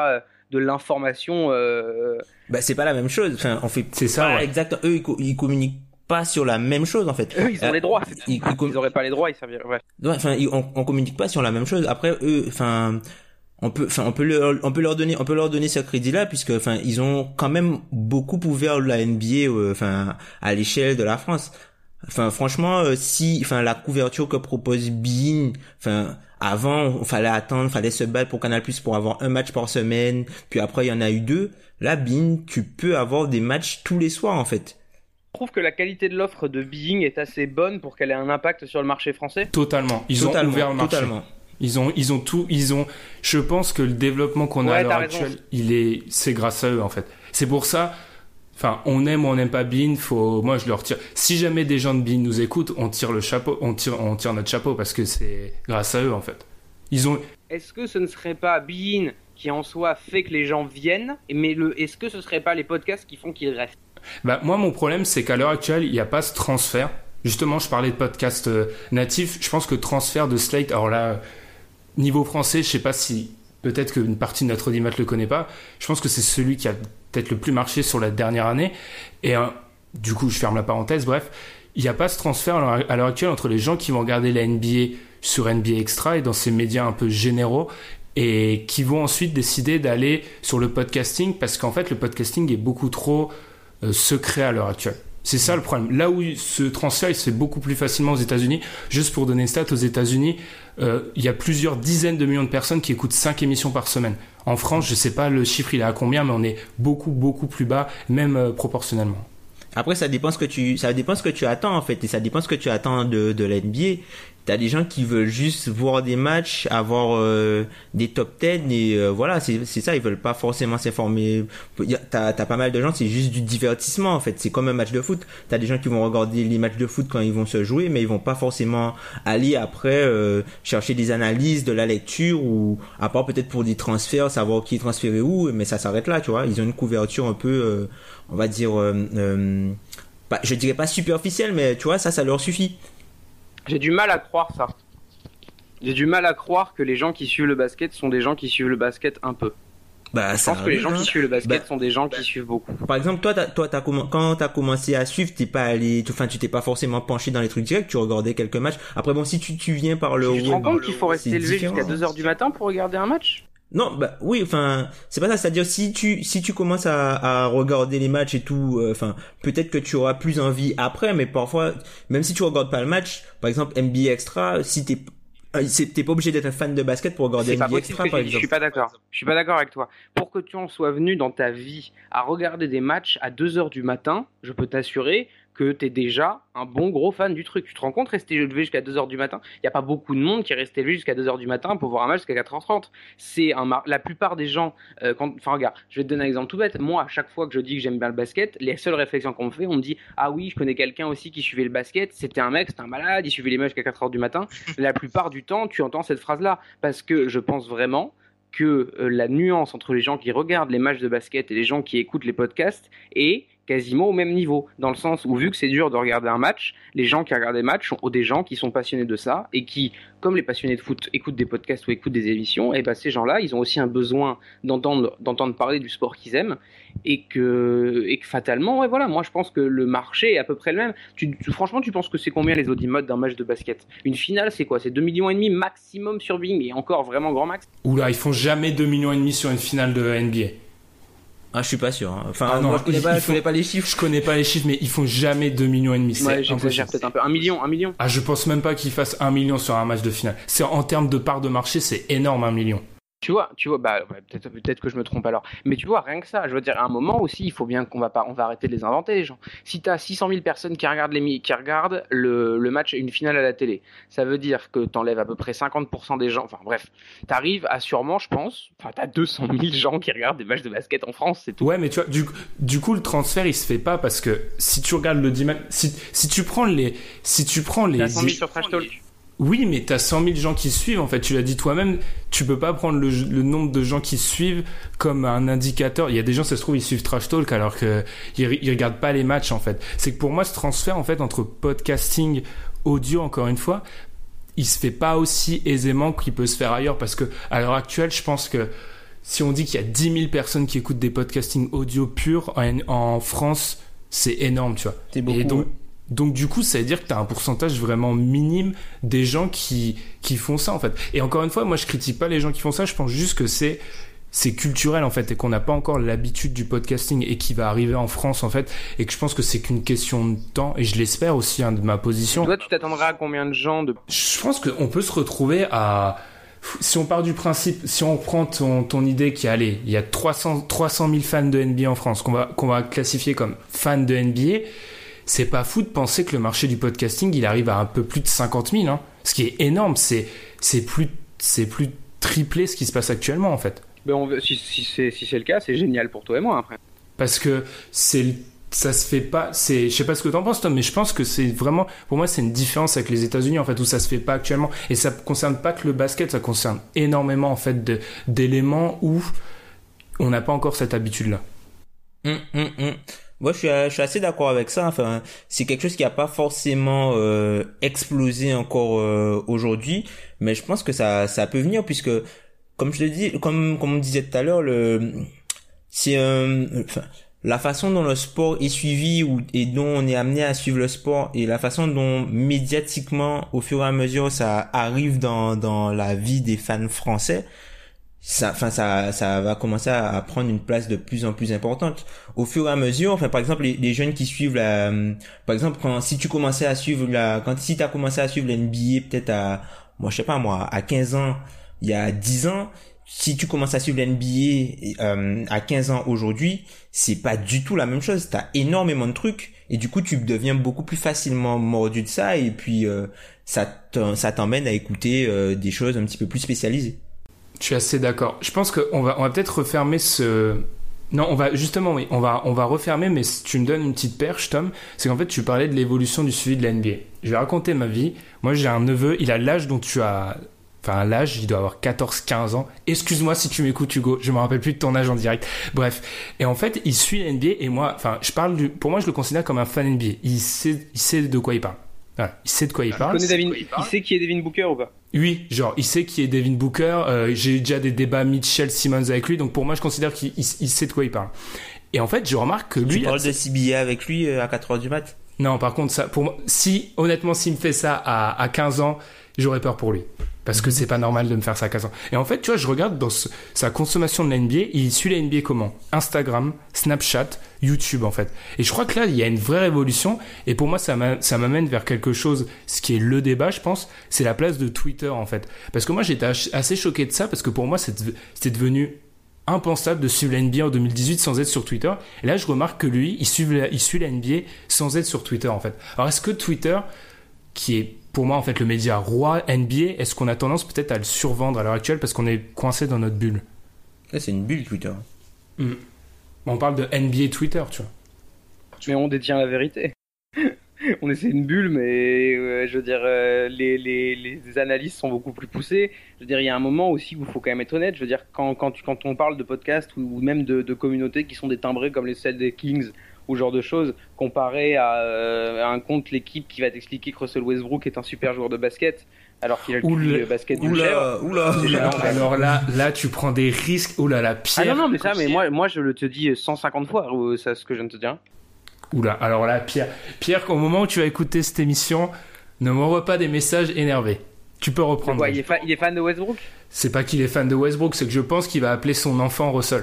Speaker 6: de l'information. Euh...
Speaker 5: Bah c'est pas la même chose. Enfin, on fait.
Speaker 4: C'est ça. Ouais.
Speaker 5: Exact. Eux, ils, co- ils communiquent pas sur la même chose en fait.
Speaker 6: Eux, ils ont euh, les droits.
Speaker 5: Ils, ils,
Speaker 6: ils auraient pas les droits, ils serviraient. Ouais.
Speaker 5: Ouais. Enfin, ils, on, on communique pas sur la même chose. Après, eux, enfin. On peut, enfin, on peut leur, on peut leur donner, on peut leur donner ce crédit-là puisque, enfin, ils ont quand même beaucoup ouvert la N B A, euh, enfin, à l'échelle de la France. Enfin, franchement, euh, si, enfin, la couverture que propose beIN, enfin, avant, il fallait attendre, fallait se battre pour Canal+ pour avoir un match par semaine, puis après il y en a eu deux. Là, beIN, tu peux avoir des matchs tous les soirs en fait.
Speaker 6: Je trouve que la qualité de l'offre de beIN est assez bonne pour qu'elle ait un impact sur le marché français.
Speaker 4: Totalement. Ils
Speaker 5: totalement,
Speaker 4: ont ouvert le marché.
Speaker 5: Totalement.
Speaker 4: Ils ont, ils ont tout, ils ont, je pense que le développement qu'on a
Speaker 6: ouais,
Speaker 4: à l'heure
Speaker 6: raison.
Speaker 4: actuelle, il est, c'est grâce à eux, en fait. C'est pour ça, enfin, on aime ou on n'aime pas beIN, faut, moi, je leur tire. Si jamais des gens de beIN nous écoutent, on tire le chapeau, on tire, on tire notre chapeau parce que c'est grâce à eux, en fait. Ils ont.
Speaker 6: Est-ce que ce ne serait pas beIN qui en soi fait que les gens viennent, mais le, est-ce que ce serait pas les podcasts qui font qu'ils restent?
Speaker 4: Bah, moi, mon problème, c'est qu'à l'heure actuelle, il n'y a pas ce transfert. Justement, je parlais de podcast euh, natif. Je pense que transfert de Slate, alors là, niveau français, je sais pas si, peut-être qu'une partie de notre audimat le connaît pas. Je pense que c'est celui qui a peut-être le plus marché sur la dernière année. Et euh, du coup, je ferme la parenthèse. Bref, il n'y a pas ce transfert à l'heure actuelle entre les gens qui vont regarder la N B A sur N B A Extra et dans ces médias un peu généraux et qui vont ensuite décider d'aller sur le podcasting parce qu'en fait, le podcasting est beaucoup trop euh, secret à l'heure actuelle. C'est ça le problème. Là où ce transfert il se fait beaucoup plus facilement aux États-Unis, juste pour donner une stat, aux États-Unis, euh, il y a plusieurs dizaines de millions de personnes qui écoutent cinq émissions par semaine. En France, je sais pas le chiffre il est à combien, mais on est beaucoup beaucoup plus bas, même euh, proportionnellement.
Speaker 5: Après, ça dépend ce que tu, ça dépend ce que tu attends en fait, et ça dépend ce que tu attends de de la N B A. T'as des gens qui veulent juste voir des matchs, avoir euh, des top dix et euh, voilà, c'est c'est ça, ils veulent pas forcément s'informer. T'as t'as pas mal de gens, c'est juste du divertissement en fait, c'est comme un match de foot. T'as des gens qui vont regarder les matchs de foot quand ils vont se jouer, mais ils vont pas forcément aller après euh, chercher des analyses, de la lecture ou à part peut-être pour des transferts, savoir qui est transféré où, mais ça s'arrête là, tu vois. Ils ont une couverture un peu, euh, on va dire, euh, euh, pas, je dirais pas superficielle, mais tu vois, ça, ça leur suffit.
Speaker 6: J'ai du mal à croire ça. J'ai du mal à croire que les gens qui suivent le basket sont des gens qui suivent le basket un peu.
Speaker 5: Bah,
Speaker 6: je pense que les gens qui suivent le basket bah, sont des gens qui bah, suivent beaucoup.
Speaker 5: Par exemple, toi, t'as, toi, t'as comm- quand t'as commencé à suivre, t'es pas allé, enfin, tu t'es pas forcément penché dans les trucs directs, tu regardais quelques matchs. Après, bon, si tu, tu viens par le
Speaker 6: tu te rends compte qu'il faut rester levé
Speaker 5: différent.
Speaker 6: jusqu'à deux heures du matin pour regarder un match?
Speaker 5: Non, bah oui, enfin, c'est pas ça. C'est-à-dire si tu si tu commences à, à regarder les matchs et tout, enfin, euh, peut-être que tu auras plus envie après, mais parfois, même si tu regardes pas le match, par exemple N B A Extra, si t'es t'es pas obligé d'être un fan de basket pour regarder N B A Extra, par exemple.
Speaker 6: Je suis pas d'accord. Je suis pas d'accord avec toi. Pour que tu en sois venu dans ta vie à regarder des matchs à deux heures du matin, je peux t'assurer que t'es déjà un bon gros fan du truc. Tu te rends compte, rester levé jusqu'à deux heures du matin, il n'y a pas beaucoup de monde qui est resté levé jusqu'à deux heures du matin pour voir un match jusqu'à quatre heures trente. C'est un mar... La plupart des gens, euh, quand... enfin regarde, je vais te donner un exemple tout bête. Moi, à chaque fois que je dis que j'aime bien le basket, les seules réflexions qu'on me fait, on me dit « Ah oui, je connais quelqu'un aussi qui suivait le basket, c'était un mec, c'était un malade, il suivait les matchs jusqu'à quatre heures du matin. » La plupart du temps, tu entends cette phrase-là parce que je pense vraiment que euh, la nuance entre les gens qui regardent les matchs de basket et les gens qui écoutent les podcasts est quasiment au même niveau, dans le sens où vu que c'est dur de regarder un match, les gens qui regardent des matchs sont des gens qui sont passionnés de ça et qui, comme les passionnés de foot, écoutent des podcasts ou écoutent des émissions, et ben ces gens-là, ils ont aussi un besoin d'entendre, d'entendre parler du sport qu'ils aiment et que, et que fatalement, ouais voilà, moi je pense que le marché est à peu près le même. Tu, tu, franchement, tu penses que c'est combien les audimodes d'un match de basket? Une finale, c'est quoi? C'est deux millions et demi maximum sur beIN, et encore vraiment grand max?
Speaker 4: Oula, ils font jamais deux millions et demi sur une finale de N B A.
Speaker 5: Ah, je suis pas sûr. Hein. Enfin,
Speaker 4: ah non,
Speaker 5: moi, je connais pas, je
Speaker 4: font...
Speaker 5: connais pas les chiffres.
Speaker 4: Je connais pas les chiffres, mais ils font jamais deux millions et demi. C'est
Speaker 6: ouais, j'exagère peut-être un peu. Un million, un million.
Speaker 4: Ah, je pense même pas qu'ils fassent un million sur un match de finale. C'est en termes de part de marché, c'est énorme, un million.
Speaker 6: Tu vois, tu vois, bah ouais, peut-être, peut-être que je me trompe alors. Mais tu vois, rien que ça, je veux dire, à un moment aussi, il faut bien qu'on va pas, on va arrêter de les inventer les gens. Si t'as six cent mille personnes qui regardent les, qui regardent le, le match, une finale à la télé, ça veut dire que t'enlèves à peu près cinquante pour cent des gens. Enfin bref, t'arrives à sûrement, je pense, enfin t'as deux cent mille gens qui regardent des matchs de basket en France, c'est tout.
Speaker 4: Ouais, mais tu vois, du, du coup, le transfert, il se fait pas parce que si tu regardes le dimanche, si, si tu prends les, si tu prends les,
Speaker 6: t'as cent mille sur Trash Talk.
Speaker 4: Oui, mais t'as cent mille gens qui suivent, en fait, tu l'as dit toi-même, tu peux pas prendre le, le nombre de gens qui suivent comme un indicateur. Il y a des gens, ça se trouve, ils suivent Trash Talk alors que ils, ils regardent pas les matchs, en fait. C'est que pour moi, ce transfert, en fait, entre podcasting, audio, encore une fois, il se fait pas aussi aisément qu'il peut se faire ailleurs parce que, à l'heure actuelle, je pense que si on dit qu'il y a dix mille personnes qui écoutent des podcasting audio purs en, en France, c'est énorme, tu vois.
Speaker 5: C'est beaucoup.
Speaker 4: Et donc,
Speaker 5: ouais.
Speaker 4: donc du coup, ça veut dire que t'as un pourcentage vraiment minime des gens qui qui font ça en fait. Et encore une fois, moi je critique pas les gens qui font ça, je pense juste que c'est c'est culturel en fait et qu'on n'a pas encore l'habitude du podcasting et qui va arriver en France en fait et que je pense que c'est qu'une question de temps et je l'espère aussi hein, de ma position.
Speaker 6: Toi, tu t'attendras à combien de gens de...
Speaker 4: Je pense qu'on peut se retrouver à... Si on part du principe, si on prend ton, ton idée qui est, allez, il y a trois cent mille fans de N B A en France qu'on va, qu'on va classifier comme fans de N B A, c'est pas fou de penser que le marché du podcasting, il arrive à un peu plus de cinquante mille, hein. Ce qui est énorme, c'est, c'est plus, c'est plus triplé ce qui se passe actuellement, en fait.
Speaker 6: Ben on veut, si, si, c'est, si c'est le cas, c'est génial pour toi et moi, après.
Speaker 4: Parce que c'est le ça se fait pas, c'est, je sais pas ce que t'en penses Tom, mais je pense que c'est vraiment, pour moi c'est une différence avec les États-Unis en fait où ça se fait pas actuellement et ça concerne pas que le basket, ça concerne énormément en fait de, d'éléments où on n'a pas encore cette habitude là.
Speaker 5: Hum, hum, hum. Moi je suis, je suis assez d'accord avec ça, enfin c'est quelque chose qui a pas forcément euh, explosé encore euh, aujourd'hui, mais je pense que ça ça peut venir puisque comme je le dis, comme comme on disait tout à l'heure, le c'est euh, enfin la façon dont le sport est suivi ou, et dont on est amené à suivre le sport et la façon dont médiatiquement au fur et à mesure ça arrive dans dans la vie des fans français, ça enfin ça ça va commencer à, à prendre une place de plus en plus importante au fur et à mesure. Enfin par exemple les, les jeunes qui suivent la par exemple quand si tu commençais à suivre la quand si tu as commencé à suivre l'N B A peut-être à moi je sais pas moi à quinze ans, il y a dix ans, si tu commences à suivre l'N B A euh, à quinze ans aujourd'hui, c'est pas du tout la même chose. T'as énormément de trucs et du coup tu deviens beaucoup plus facilement mordu de ça et puis euh, ça ça t'emmène à écouter euh, des choses un petit peu plus spécialisées.
Speaker 4: Je suis assez d'accord. Je pense qu'on va on va peut-être refermer ce non, on va justement oui, on va on va refermer mais tu me donnes une petite perche Tom, c'est qu'en fait tu parlais de l'évolution du suivi de la N B A. Je vais raconter ma vie. Moi j'ai un neveu, il a l'âge dont tu as Enfin, l'âge, il doit avoir quatorze quinze ans. Excuse-moi si tu m'écoutes, Hugo. Je me rappelle plus de ton âge en direct. Bref. Et en fait, il suit la N B A et moi, enfin, je parle du, pour moi, je le considère comme un fan N B A. Il sait, il sait de quoi il parle. Voilà. Il sait de quoi il parle.
Speaker 6: Il connaît Devin, il sait qui est Devin Booker ou pas?
Speaker 4: Oui, genre, il sait qui est Devin Booker. Euh, j'ai eu déjà des débats Mitchell Simmons avec lui. Donc, pour moi, je considère qu'il il, il sait de quoi il parle. Et en fait, je remarque que lui.
Speaker 5: Tu parles de C B A avec lui à quatre heures du mat?
Speaker 4: Non, par contre, ça, pour moi, si, honnêtement, s'il me fait ça à, à quinze ans, j'aurais peur pour lui. Parce que c'est pas normal de me faire ça à quinze ans. Et en fait, tu vois, je regarde dans ce, sa consommation de la N B A, il suit la N B A comment? Instagram, Snapchat, YouTube, en fait. Et je crois que là, il y a une vraie révolution. Et pour moi, ça, m'a, ça m'amène vers quelque chose, ce qui est le débat, je pense, c'est la place de Twitter, en fait. Parce que moi, j'étais assez choqué de ça, parce que pour moi, c'était, c'était devenu impensable de suivre la N B A en deux mille dix-huit sans être sur Twitter. Et là, je remarque que lui, il suit la, il suit la N B A sans être sur Twitter, en fait. Alors, est-ce que Twitter, qui est pour moi en fait le média roi N B A, est-ce qu'on a tendance peut-être à le survendre à l'heure actuelle parce qu'on est coincé dans notre bulle?
Speaker 5: Là, c'est une bulle Twitter.
Speaker 4: Mmh. On parle de N B A Twitter, tu vois.
Speaker 6: Mais on détient la vérité. On est c'est une bulle, mais euh, je veux dire, euh, les, les, les analyses sont beaucoup plus poussées. Je veux dire, il y a un moment aussi où il faut quand même être honnête. Je veux dire, quand, quand, tu, quand on parle de podcasts ou même de, de communautés qui sont détimbrées comme les celles des Kings ou ce genre de choses, comparé à, euh, à un compte l'équipe qui va t'expliquer que Russell Westbrook est un super joueur de basket, alors qu'il a le
Speaker 4: Oula,
Speaker 6: le basket du
Speaker 5: oula,
Speaker 6: chèvre.
Speaker 5: oula, oula.
Speaker 4: Alors là, là, tu prends des risques. Oula, la Pierre.
Speaker 6: Ah non, non, mais ça, mais moi, moi, je le te dis cent cinquante fois, c'est ce que je viens de te dire.
Speaker 4: Oula, alors là, Pierre, Pierre, au moment où tu vas écouter cette émission, ne m'envoie pas des messages énervés. Tu peux reprendre.
Speaker 6: Quoi, il, est fa- il est fan de Westbrook?
Speaker 4: C'est pas qu'il est fan de Westbrook, c'est que je pense qu'il va appeler son enfant Russell.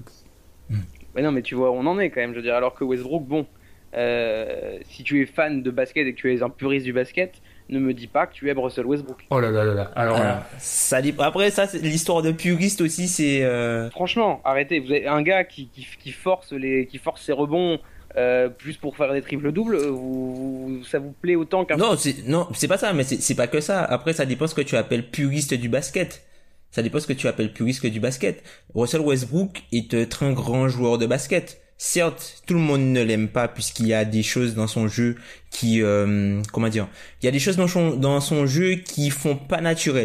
Speaker 6: Mais non, mais tu vois, on en est quand même. Je veux dire, alors que Westbrook, bon, euh, si tu es fan de basket et que tu es un puriste du basket, ne me dis pas que tu aimes Russell Westbrook.
Speaker 4: Oh là là là là. Alors
Speaker 5: Ah,
Speaker 4: là.
Speaker 5: ça dit... Après, ça, c'est l'histoire de puriste aussi, c'est. Euh...
Speaker 6: Franchement, arrêtez. Vous avez un gars qui, qui, qui force les, qui force ses rebonds. Euh, plus pour faire des triples doubles, vous, vous, ça vous plaît autant qu'un...
Speaker 5: Non, c'est non, c'est pas ça, mais c'est c'est pas que ça. Après, ça dépend ce que tu appelles puriste du basket. Ça dépend ce que tu appelles puriste du basket. Russell Westbrook est un grand joueur de basket. Certes, tout le monde ne l'aime pas puisqu'il y a des choses dans son jeu qui, euh, comment dire, il y a des choses dans son dans son jeu qui font pas naturel.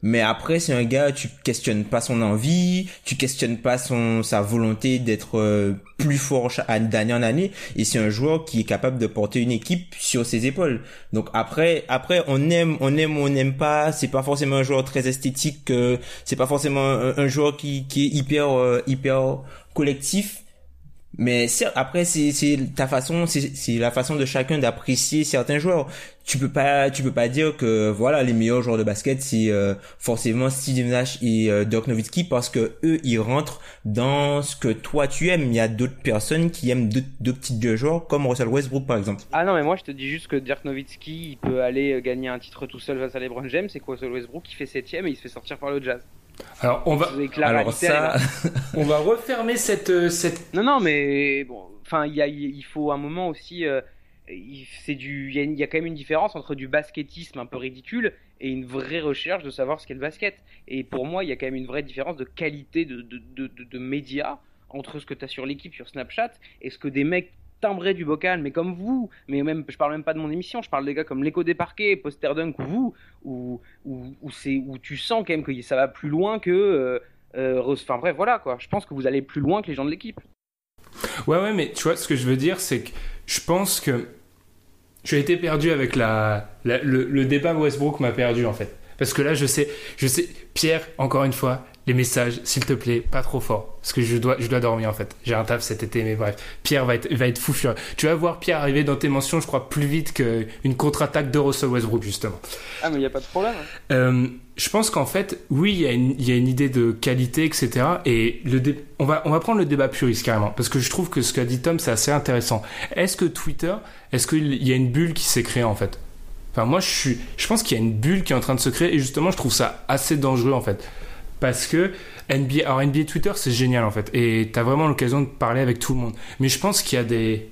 Speaker 5: Mais après, c'est un gars, tu questionnes pas son envie, tu questionnes pas son sa volonté d'être euh, plus fort d'année en année. Et c'est un joueur qui est capable de porter une équipe sur ses épaules. Donc après, après, on aime, on aime ou on n'aime pas. C'est pas forcément un joueur très esthétique. Euh, c'est pas forcément un, un joueur qui qui est hyper euh, hyper collectif. Mais certes, après c'est c'est ta façon, c'est c'est la façon de chacun d'apprécier certains joueurs. Tu peux pas tu peux pas dire que voilà les meilleurs joueurs de basket c'est euh, forcément Steve Nash et euh, Dirk Nowitzki parce que eux ils rentrent dans ce que toi tu aimes. Il y a d'autres personnes qui aiment deux deux petits deux joueurs comme Russell Westbrook par exemple.
Speaker 6: Ah non mais moi je te dis juste que Dirk Nowitzki il peut aller gagner un titre tout seul face à LeBron James et que Russell Westbrook il fait septième et il se fait sortir par le Jazz.
Speaker 4: Alors on va
Speaker 5: alors ça
Speaker 4: on va refermer cette cette
Speaker 6: non non mais bon enfin il y a il faut un moment aussi euh, il, c'est du il y a il y a quand même une différence entre du basketisme un peu ridicule et une vraie recherche de savoir ce qu'est le basket. Et pour moi il y a quand même une vraie différence de qualité de de de de, de médias entre ce que tu as sur l'équipe sur Snapchat et ce que des mecs timbrés du bocal, mais comme vous, mais même, je parle même pas de mon émission, je parle des gars comme l'écho des parquets, Poster Dunk ou vous, où, où, où, c'est, où tu sens quand même que ça va plus loin que, euh, euh, enfin bref, voilà quoi, je pense que vous allez plus loin que les gens de l'équipe.
Speaker 4: Ouais, ouais, mais tu vois, ce que je veux dire, c'est que je pense que j'ai été perdu avec la, la le, le débat Westbrook m'a perdu en fait. Parce que là, je sais, je sais, Pierre, encore une fois, les messages, s'il te plaît, pas trop fort. Parce que je dois, je dois dormir, en fait. J'ai un taf cet été, mais bref. Pierre va être, va être fou furieux. Tu vas voir Pierre arriver dans tes mentions, je crois, plus vite qu'une contre-attaque de Russell Westbrook, justement.
Speaker 6: Ah, mais il n'y a pas de problème. Hein.
Speaker 4: Euh, je pense qu'en fait, oui, il y a une, il y a une idée de qualité, et cetera. Et le dé... on va, on va prendre le débat puriste, carrément. Parce que je trouve que ce qu'a dit Tom, c'est assez intéressant. Est-ce que Twitter, est-ce qu'il y a une bulle qui s'est créée, en fait? Enfin, moi, je suis, je pense qu'il y a une bulle qui est en train de se créer et justement, je trouve ça assez dangereux en fait, parce que N B A, alors N B A Twitter, c'est génial en fait, et t'as vraiment l'occasion de parler avec tout le monde. Mais je pense qu'il y a des,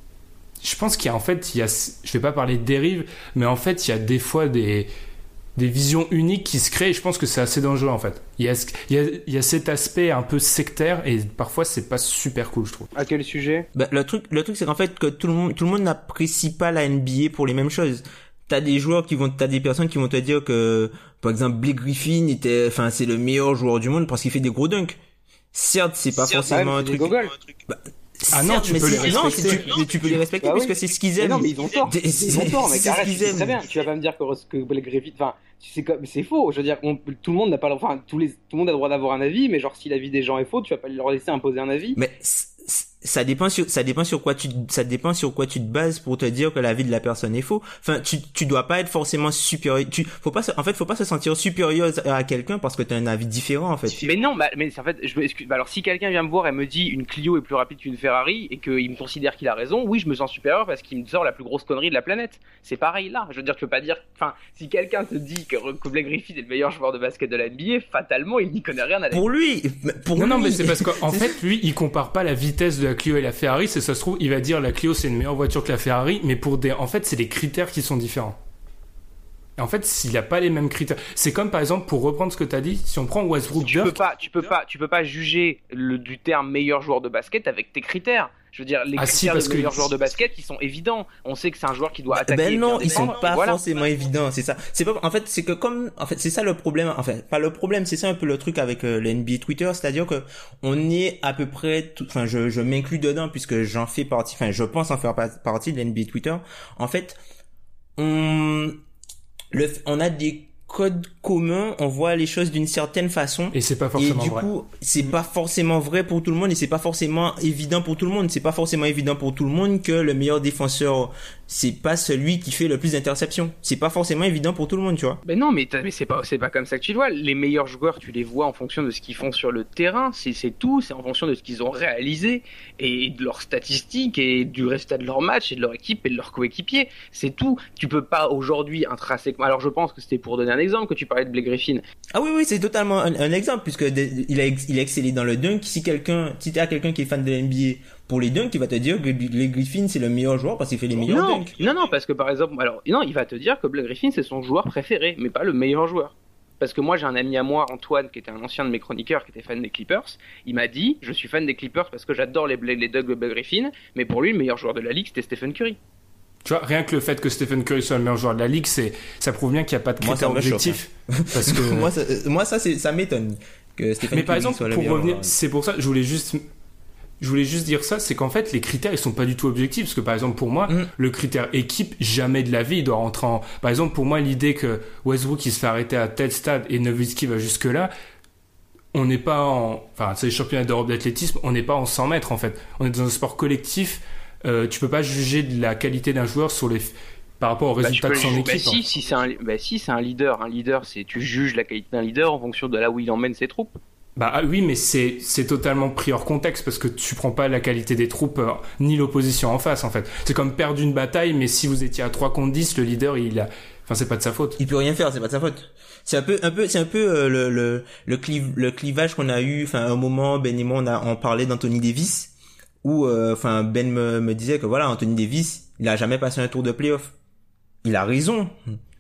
Speaker 4: je pense qu'il y a en fait, il y a, je vais pas parler de dérive, mais en fait, il y a des fois des, des visions uniques qui se créent. Et je pense que c'est assez dangereux en fait. Il y a, il y a, il y a cet aspect un peu sectaire et parfois c'est pas super cool, je trouve.
Speaker 6: À quel sujet?
Speaker 5: Bah, le truc, le truc, c'est qu'en fait que tout le monde, tout le monde n'apprécie pas la N B A pour les mêmes choses. T'as des joueurs qui vont, t'as des personnes qui vont te dire que, par exemple, Blake Griffin était, enfin, c'est le meilleur joueur du monde parce qu'il fait des gros dunks. Certes, c'est pas
Speaker 6: Certes,
Speaker 5: forcément
Speaker 6: ouais,
Speaker 5: un truc.
Speaker 6: Bah,
Speaker 4: ah non, tu peux les respecter.
Speaker 5: Non, tu, tu peux les respecter
Speaker 6: bah
Speaker 5: puisque
Speaker 6: oui.
Speaker 5: c'est ce qu'ils aiment.
Speaker 6: Mais non, mais ils ont tort.
Speaker 5: C'est,
Speaker 6: ils ont tort, mec.
Speaker 5: c'est
Speaker 6: Arrête,
Speaker 5: ce qu'ils
Speaker 6: c'est
Speaker 5: aiment.
Speaker 6: très bien. Tu vas pas me dire que, que Blake Griffin, enfin, c'est comme, c'est faux. Je veux dire, on, tout le monde n'a pas, enfin, tous les, tout le monde a le droit d'avoir un avis, mais genre, si l'avis des gens est faux, tu vas pas leur laisser imposer un avis.
Speaker 5: Mais, ça dépend sur ça dépend sur quoi tu ça dépend sur quoi tu te bases pour te dire que l'avis de la personne est faux. Enfin, tu tu dois pas être forcément supérieur. Tu faut pas en fait faut pas se sentir supérieur à quelqu'un parce que tu as un avis différent en fait.
Speaker 6: Mais non, bah, mais en fait je excuse, bah, alors si quelqu'un vient me voir et me dit une Clio est plus rapide qu'une Ferrari et qu'il me considère qu'il a raison, oui, je me sens supérieur parce qu'il me sort la plus grosse connerie de la planète. C'est pareil là. Je veux dire, tu peux pas dire, enfin, si quelqu'un te dit que, que Blake Griffin est le meilleur joueur de basket de la N B A, fatalement, il n'y connaît rien à la
Speaker 5: Pour lui, pour
Speaker 4: non
Speaker 5: lui.
Speaker 4: non, mais c'est parce qu'en fait lui, il compare pas la vitesse de la Clio et la Ferrari. C'est ça se trouve, il va dire la Clio c'est une meilleure voiture que la Ferrari, mais pour des, en fait, c'est des critères qui sont différents. Et en fait, s'il a pas les mêmes critères, c'est comme par exemple pour reprendre ce que t'as dit, si on prend Westbrook,
Speaker 6: tu peux pas, tu peux pas, tu peux pas juger le du terme meilleur joueur de basket avec tes critères. Je veux dire, les
Speaker 4: ah
Speaker 6: critères
Speaker 4: si,
Speaker 6: des meilleurs
Speaker 4: que...
Speaker 6: joueurs de basket, ils sont évidents. On sait que c'est un joueur qui doit
Speaker 5: bah,
Speaker 6: attaquer.
Speaker 5: Ben non, ils sont pas
Speaker 6: voilà.
Speaker 5: forcément évidents, c'est ça. C'est pas, en fait, c'est que comme, en fait, c'est ça le problème, en fait, pas le problème, c'est ça un peu le truc avec euh, le N B A Twitter, c'est-à-dire que on est à peu près, enfin, je, je m'inclus dedans puisque j'en fais partie, enfin, je pense en faire partie de l'N B A Twitter. En fait, on, le, on a des codes communs, on voit les choses d'une certaine façon.
Speaker 4: Et c'est pas forcément
Speaker 5: vrai. Et du
Speaker 4: vrai.
Speaker 5: coup, c'est pas forcément vrai pour tout le monde et c'est pas forcément évident pour tout le monde. C'est pas forcément évident pour tout le monde que le meilleur défenseur, c'est pas celui qui fait le plus d'interceptions. C'est pas forcément évident pour tout le monde, tu vois.
Speaker 6: Mais non, mais, mais c'est pas, c'est pas comme ça que tu le vois. Les meilleurs joueurs, tu les vois en fonction de ce qu'ils font sur le terrain. C'est, c'est tout. C'est en fonction de ce qu'ils ont réalisé et de leurs statistiques et du résultat de leur match et de leur équipe et de leurs coéquipiers. C'est tout. Tu peux pas aujourd'hui intrinsèquement. Alors je pense que c'était pour donner un exemple que tu parlais de Blake Griffin.
Speaker 5: Ah oui, oui, c'est totalement un, un exemple puisque de, il a, il a excellé dans le dunk. Si quelqu'un, si t'as quelqu'un qui est fan de la N B A pour les dunks, il va te dire que Blake Griffin c'est le meilleur joueur parce qu'il fait les meilleurs
Speaker 6: non,
Speaker 5: dunks.
Speaker 6: Non, non, parce que par exemple, alors non, il va te dire que Blake Griffin c'est son joueur préféré, mais pas le meilleur joueur. Parce que moi j'ai un ami à moi, Antoine, qui était un ancien de mes chroniqueurs, qui était fan des Clippers. Il m'a dit, je suis fan des Clippers parce que j'adore les, les dunks de Blake Griffin, mais pour lui le meilleur joueur de la ligue c'était Stephen Curry.
Speaker 4: Tu vois, rien que le fait que Stephen Curry soit le meilleur joueur de la ligue, c'est, ça prouve bien qu'il n'y a pas de critères objectifs.
Speaker 5: Parce que moi, ça, moi, ça, c'est, ça m'étonne que Stephen
Speaker 4: Mais par
Speaker 5: Curry
Speaker 4: exemple,
Speaker 5: soit le
Speaker 4: pour
Speaker 5: meilleur
Speaker 4: revenir,
Speaker 5: joueur.
Speaker 4: c'est pour ça, je voulais juste, je voulais juste dire ça, c'est qu'en fait, les critères, ils sont pas du tout objectifs. Parce que par exemple, pour moi, mm. le critère équipe, jamais de la vie, il doit rentrer en, par exemple, pour moi, l'idée que Westbrook, il se fait arrêter à tel stade et Nowitzki va jusque là, on n'est pas en, enfin, c'est les championnats d'Europe d'athlétisme, on n'est pas en cent mètres, en fait. On est dans un sport collectif, euh, tu peux pas juger de la qualité d'un joueur sur les, par rapport aux résultats
Speaker 6: bah,
Speaker 4: de son
Speaker 6: ju-
Speaker 4: équipe.
Speaker 6: Bah, si, si c'est un, bah, si c'est un leader, un leader, c'est tu juges la qualité d'un leader en fonction de là où il emmène ses troupes.
Speaker 4: Bah ah, oui, mais c'est c'est totalement pris hors contexte parce que tu prends pas la qualité des troupes euh, ni l'opposition en face en fait. C'est comme perdre une bataille, mais si vous étiez à trois contre dix, le leader il a, enfin c'est pas de sa faute.
Speaker 5: Il peut rien faire, c'est pas de sa faute. C'est un peu, un peu, c'est un peu euh, le le le, cliv- le clivage qu'on a eu. Enfin, à un moment, Ben et moi, on a on parlait d'Anthony Davis, où enfin euh, Ben me me disait que voilà, Anthony Davis, il a jamais passé un tour de playoff. Il a raison.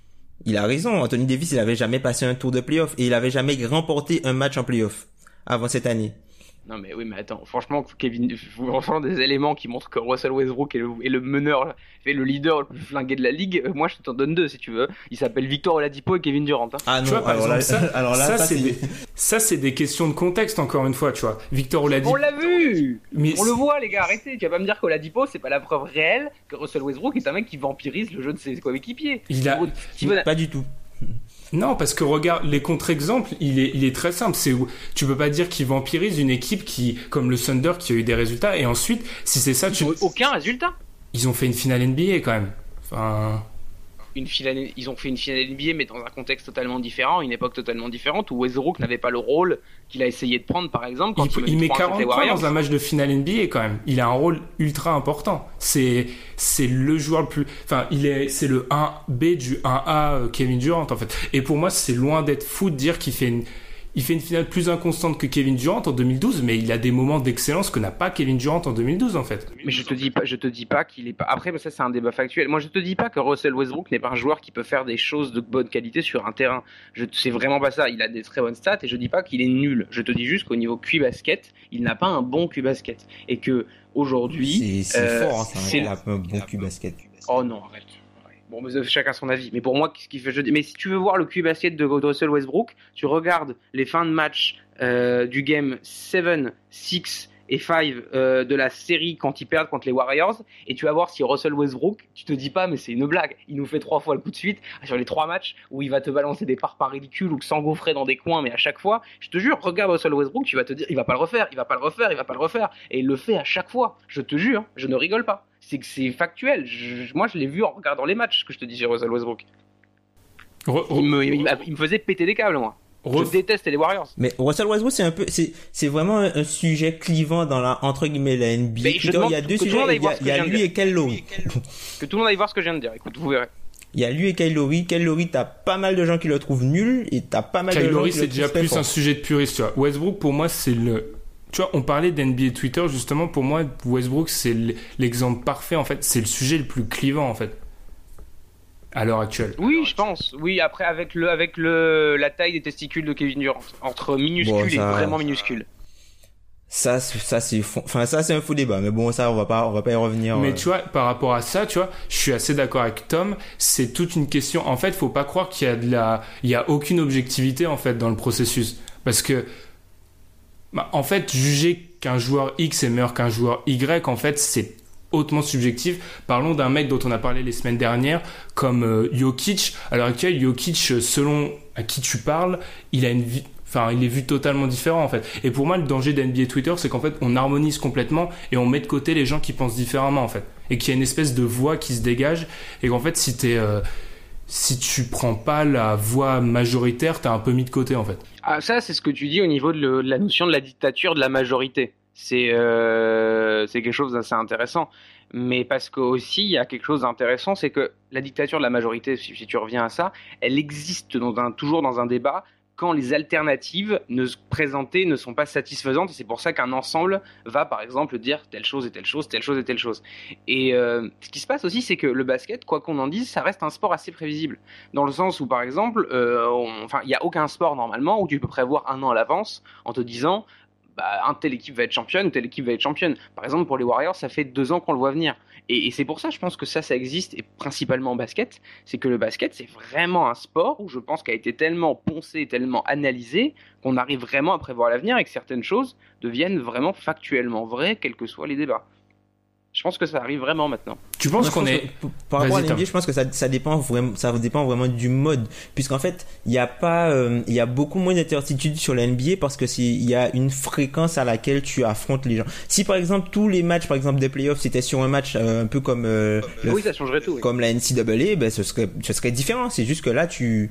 Speaker 5: Il a raison. Anthony Davis, il avait jamais passé un tour de playoff et il avait jamais remporté un match en playoff avant cette année.
Speaker 6: Non mais oui, mais attends, franchement, Kevin, vous franchement des éléments qui montrent que Russell Westbrook est le, est le meneur, est le leader le plus flingué de la ligue. Moi, je t'en donne deux si tu veux. Il s'appelle Victor Oladipo et Kevin Durant. Hein.
Speaker 5: Ah non,
Speaker 4: tu vois, par
Speaker 5: alors,
Speaker 4: exemple,
Speaker 5: là,
Speaker 4: ça,
Speaker 5: alors là,
Speaker 4: ça,
Speaker 5: ça,
Speaker 4: c'est
Speaker 5: c'est...
Speaker 4: Des, ça, c'est des questions de contexte encore une fois, tu vois. Victor Oladipo.
Speaker 6: On l'a vu,
Speaker 4: mais
Speaker 6: on le voit, les gars. Arrêtez. Tu vas pas me dire qu'Oladipo, c'est pas la preuve réelle que Russell Westbrook est un mec qui vampirise le jeu de ses coéquipiers.
Speaker 4: Il a,
Speaker 6: Steven...
Speaker 5: pas du tout.
Speaker 4: Non, parce que regarde, les contre-exemples, il est, il est très simple. C'est, tu peux pas dire qu'il vampirise une équipe qui, comme le Thunder, qui a eu des résultats. Et ensuite, si c'est ça,
Speaker 6: Ils
Speaker 4: tu...
Speaker 6: ont eu aucun résultat.
Speaker 4: Ils ont fait une finale N B A quand même. Enfin...
Speaker 6: Une finale, ils ont fait une finale N B A, mais dans un contexte totalement différent, une époque totalement différente, où Westbrook n'avait pas le rôle qu'il a essayé de prendre, par exemple, quand il,
Speaker 4: il, il met quarante points dans un match de finale N B A quand même. Il a un rôle ultra important. C'est, c'est le joueur le plus, enfin, il est, c'est le un B du un A Kevin Durant en fait. Et pour moi, c'est loin d'être fou de dire qu'il fait une, il fait une finale plus inconstante que Kevin Durant en deux mille douze, mais il a des moments d'excellence que n'a pas Kevin Durant en deux mille douze en fait.
Speaker 6: Mais je te dis pas, je te dis pas qu'il est pas. Après, ça c'est un débat factuel. Moi, je te dis pas que Russell Westbrook n'est pas un joueur qui peut faire des choses de bonne qualité sur un terrain. Je c'est vraiment pas ça. Il a des très bonnes stats et je dis pas qu'il est nul. Je te dis juste qu'au niveau Q basket, il n'a pas un bon Q basket et que aujourd'hui,
Speaker 5: c'est, c'est
Speaker 6: euh,
Speaker 5: fort. Hein, c'est un, un bon Q basket.
Speaker 6: Oh non, arrête. Bon, mais chacun son avis. Mais pour moi, qu'est-ce qu'il fait je dis... Mais si tu veux voir le Q basket de Russell Westbrook, tu regardes les fins de match euh, du game sept, six et cinq euh, de la série quand ils perdent contre les Warriors, et tu vas voir si Russell Westbrook, tu te dis pas, mais c'est une blague. Il nous fait trois fois le coup de suite sur les trois matchs où il va te balancer des par-par ridicules ou s'engouffrer dans des coins, mais à chaque fois, je te jure, regarde Russell Westbrook, tu vas te dire, il va pas le refaire, il va pas le refaire, il va pas le refaire, et il le fait à chaque fois. Je te jure, je ne rigole pas. C'est que c'est factuel. Je, moi, je l'ai vu en regardant les matchs, ce que je te dis sur Russell Westbrook. Re, re, il, me, il, il me faisait péter des câbles, moi. Re, je déteste les Warriors.
Speaker 5: Mais Russell Westbrook, c'est un peu, c'est, c'est vraiment un, un sujet clivant dans la, entre guillemets, la N B A.
Speaker 6: Mais je demande
Speaker 5: il y a deux
Speaker 6: que
Speaker 5: sujets. Il y a, il y a lui et Kyle Lowry.
Speaker 6: Que tout le monde aille voir ce que je viens de dire. Écoute, vous verrez.
Speaker 5: Il y a lui et Kyle Lowry. Kyle Lowry, t'as pas mal de gens qui le trouvent nul et t'as pas mal
Speaker 4: Kyle
Speaker 5: de gens
Speaker 4: Lowry,
Speaker 5: qui le trouvent
Speaker 4: c'est déjà plus fort. Un sujet de puriste, tu vois. Westbrook, pour moi, c'est le, tu vois, on parlait d'N B A Twitter, justement, pour moi, Westbrook, c'est l'exemple parfait, en fait. C'est le sujet le plus clivant, en fait. À l'heure actuelle.
Speaker 6: Oui, je pense. Oui, après, avec le, avec le, la taille des testicules de Kevin Durant. Entre minuscule bon, ça, et vraiment minuscule.
Speaker 5: Ça, ça, c'est, enfin, ça, c'est un faux débat. Mais bon, ça, on va pas, on va pas y revenir.
Speaker 4: Mais
Speaker 5: euh...
Speaker 4: tu vois, par rapport à ça, tu vois, je suis assez d'accord avec Tom. C'est toute une question. En fait, faut pas croire qu'il y a de la, il y a aucune objectivité, en fait, dans le processus. Parce que, bah, en fait, juger qu'un joueur X est meilleur qu'un joueur Y, en fait, c'est hautement subjectif. Parlons d'un mec dont on a parlé les semaines dernières, comme euh, Jokic. À l'heure actuelle, Jokic, selon à qui tu parles, il a une vie, enfin, il est vu totalement différent, en fait. Et pour moi, le danger d'N B A Twitter, c'est qu'en fait, on harmonise complètement et on met de côté les gens qui pensent différemment, en fait. Et qu'il y a une espèce de voix qui se dégage et qu'en fait, si t'es, euh, si tu prends pas la voix majoritaire, t'es un peu mis de côté, en fait.
Speaker 6: Ah, ça, c'est ce que tu dis au niveau de, le, de la notion de la dictature de la majorité. C'est, euh, c'est quelque chose d'assez intéressant. Mais parce que aussi, il y a quelque chose d'intéressant, c'est que la dictature de la majorité, si, si tu reviens à ça, elle existe dans un, toujours dans un débat quand les alternatives ne présentées ne sont pas satisfaisantes. Et c'est pour ça qu'un ensemble va, par exemple, dire telle chose et telle chose, telle chose et telle chose. Et euh, ce qui se passe aussi, c'est que le basket, quoi qu'on en dise, ça reste un sport assez prévisible. Dans le sens où, par exemple, euh, on, enfin, il n'y a aucun sport normalement où tu peux prévoir un an à l'avance en te disant... bah, un telle équipe va être championne, telle équipe va être championne. Par exemple, pour les Warriors, ça fait deux ans qu'on le voit venir. Et, et c'est pour ça, je pense que ça, ça existe, et principalement en basket. C'est que le basket, c'est vraiment un sport où je pense qu'il a été tellement poncé, tellement analysé, qu'on arrive vraiment à prévoir l'avenir et que certaines choses deviennent vraiment factuellement vraies, quels que soient les débats. Je pense que ça arrive vraiment maintenant.
Speaker 4: Tu penses
Speaker 5: Moi,
Speaker 4: qu'on
Speaker 5: je pense
Speaker 4: est...
Speaker 5: que, par rapport à
Speaker 4: Vas-y,
Speaker 5: l'N B A,
Speaker 4: Tom.
Speaker 5: je pense que ça, ça dépend vraiment, ça dépend vraiment du mode, puisqu'en fait, il y a pas, euh, il y a beaucoup moins d'incertitudes sur la N B A parce que c'est, il y a une fréquence à laquelle tu affrontes les gens. Si par exemple tous les matchs, par exemple des playoffs, c'était sur un match euh, un peu comme euh, le-
Speaker 6: Oui, ça changerait tout. Oui.
Speaker 5: comme la N C A A, ben ce serait, ce serait différent. C'est juste que là, tu,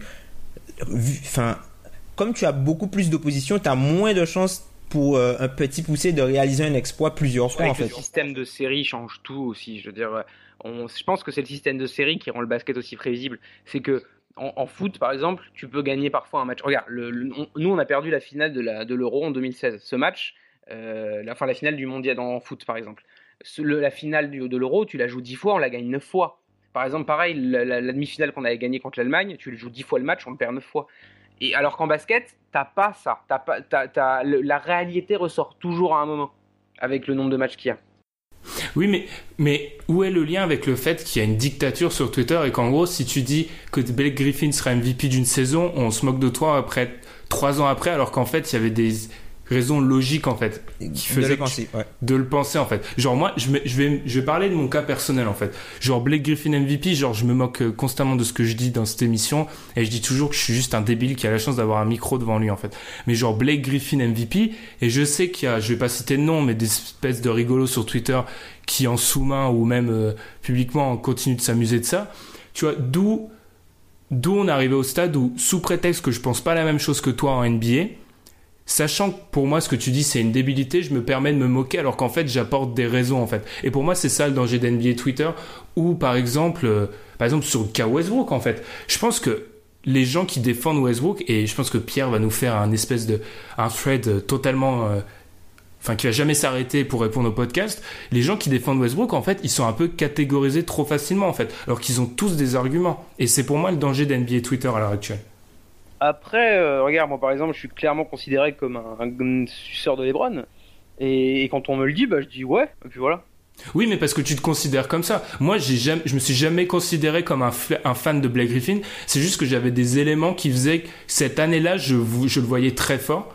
Speaker 5: enfin, comme tu as beaucoup plus d'opposition, tu as moins de chances pour euh, un petit poussé de réaliser un exploit plusieurs fois,
Speaker 6: Avec
Speaker 5: en fait.
Speaker 6: le système de série change tout aussi. Je veux dire, on, je pense que c'est le système de série qui rend le basket aussi prévisible. C'est que en, en foot, par exemple, tu peux gagner parfois un match. Regarde, le, le, on, nous on a perdu la finale de, la, de l'Euro en deux mille seize. Ce match, euh, la, enfin la finale du mondial en foot, par exemple. Ce, le, la finale du, de l'Euro, tu la joues dix fois, on la gagne neuf fois. Par exemple, pareil, la, la, la demi-finale qu'on avait gagnée contre l'Allemagne, tu joues dix fois le match, on le perd neuf fois. Et alors qu'en basket, t'as pas ça. T'as pas, t'as, t'as, le, la réalité ressort toujours à un moment avec le nombre de matchs qu'il y a.
Speaker 4: Oui, mais, mais où est le lien avec le fait qu'il y a une dictature sur Twitter et qu'en gros, si tu dis que Blake Griffin sera M V P d'une saison, on se moque de toi après trois ans après, alors qu'en fait, il y avait des raisons logiques en fait qui faisaient
Speaker 5: de le
Speaker 4: que
Speaker 5: penser,
Speaker 4: tu-
Speaker 5: ouais.
Speaker 4: de le penser en fait. Genre moi, je, me- je vais, je vais parler de mon cas personnel en fait. Genre Blake Griffin M V P, genre je me moque euh, constamment de ce que je dis dans cette émission et je dis toujours que je suis juste un débile qui a la chance d'avoir un micro devant lui en fait. Mais genre Blake Griffin M V P, et je sais qu'il y a, je vais pas citer de nom, mais des espèces de rigolos sur Twitter qui en sous-main ou même euh, publiquement continuent de s'amuser de ça. Tu vois, d'où d'où on est arrivé au stade où, sous prétexte que je pense pas la même chose que toi en N B A, sachant que pour moi ce que tu dis c'est une débilité, je me permets de me moquer alors qu'en fait j'apporte des raisons en fait. Et pour moi c'est ça le danger d'N B A Twitter, ou par exemple euh, par exemple sur le cas Westbrook en fait. Je pense que les gens qui défendent Westbrook, et je pense que Pierre va nous faire un espèce de un thread euh, totalement euh, enfin qui va jamais s'arrêter pour répondre au podcast, les gens qui défendent Westbrook en fait ils sont un peu catégorisés trop facilement en fait, alors qu'ils ont tous des arguments, et c'est pour moi le danger d'N B A Twitter à l'heure actuelle.
Speaker 6: Après, euh, regarde, moi par exemple, je suis clairement considéré comme un, un suceur de LeBron. Et, et quand on me le dit, bah je dis ouais, et puis voilà.
Speaker 4: Oui, mais parce que tu te considères comme ça. Moi, j'ai jamais, je me suis jamais considéré comme un, f- un fan de Blake Griffin. C'est juste que j'avais des éléments qui faisaient que cette année-là, je, vou- je le voyais très fort.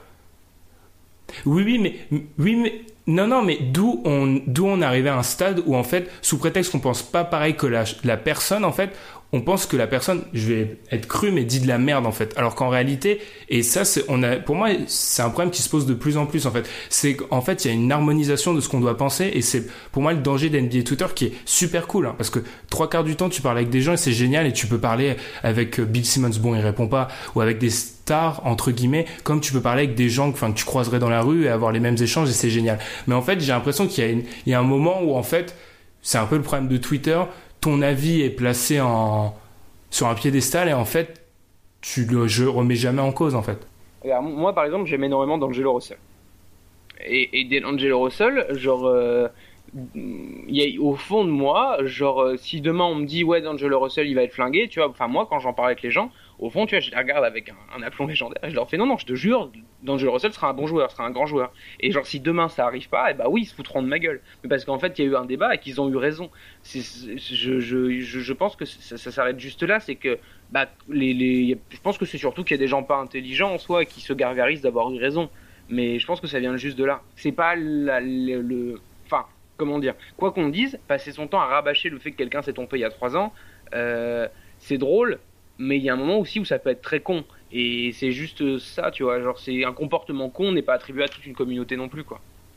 Speaker 4: Oui, oui, mais, oui, mais, non, non, mais d'où on, d'où on arrivait à un stade où, en fait, sous prétexte qu'on pense pas pareil que la, la personne, en fait, on pense que la personne, je vais être cru, mais dit de la merde, en fait. Alors qu'en réalité, et ça, c'est, on a, pour moi, c'est un problème qui se pose de plus en plus, en fait. C'est qu'en fait, il y a une harmonisation de ce qu'on doit penser, et c'est, pour moi, le danger d'N B A Twitter qui est super cool, hein, parce que trois quarts du temps, tu parles avec des gens et c'est génial, et tu peux parler avec euh, Bill Simmons, bon, il répond pas, ou avec des stars, entre guillemets, comme tu peux parler avec des gens, enfin, que tu croiserais dans la rue et avoir les mêmes échanges, et c'est génial. Mais en fait, j'ai l'impression qu'il y a une, il y a un moment où, en fait, c'est un peu le problème de Twitter, ton avis est placé en, sur un piédestal et en fait, tu le je remets jamais en cause en fait.
Speaker 6: Regarde, moi par exemple, j'aime énormément D'Angelo Russell. Et, et D'Angelo Russell, genre, euh, il y a, au fond de moi, genre, euh, si demain on me dit ouais, D'Angelo Russell il va être flingué, tu vois, enfin moi quand j'en parle avec les gens, au fond, tu vois, je les regarde avec un, un aplomb légendaire et je leur fais non, non, je te jure, D'Angelo Russell sera un bon joueur, sera un grand joueur. Et genre, si demain ça arrive pas, et bah oui, ils se foutront de ma gueule. Mais parce qu'en fait, il y a eu un débat et qu'ils ont eu raison. C'est, c'est, je, je, je, je pense que ça, ça s'arrête juste là, c'est que, bah, les, les, je pense que c'est surtout qu'il y a des gens pas intelligents en soi et qui se gargarisent d'avoir eu raison. Mais je pense que ça vient juste de là. C'est pas la, le, le, enfin, comment dire, quoi qu'on dise, passer son temps à rabâcher le fait que quelqu'un s'est trompé il y a trois ans, euh, c'est drôle. Mais il y a un moment aussi où ça peut être très con. Et c'est juste ça, tu vois. Genre, c'est un comportement con n'est pas attribué à toute une communauté non plus, quoi.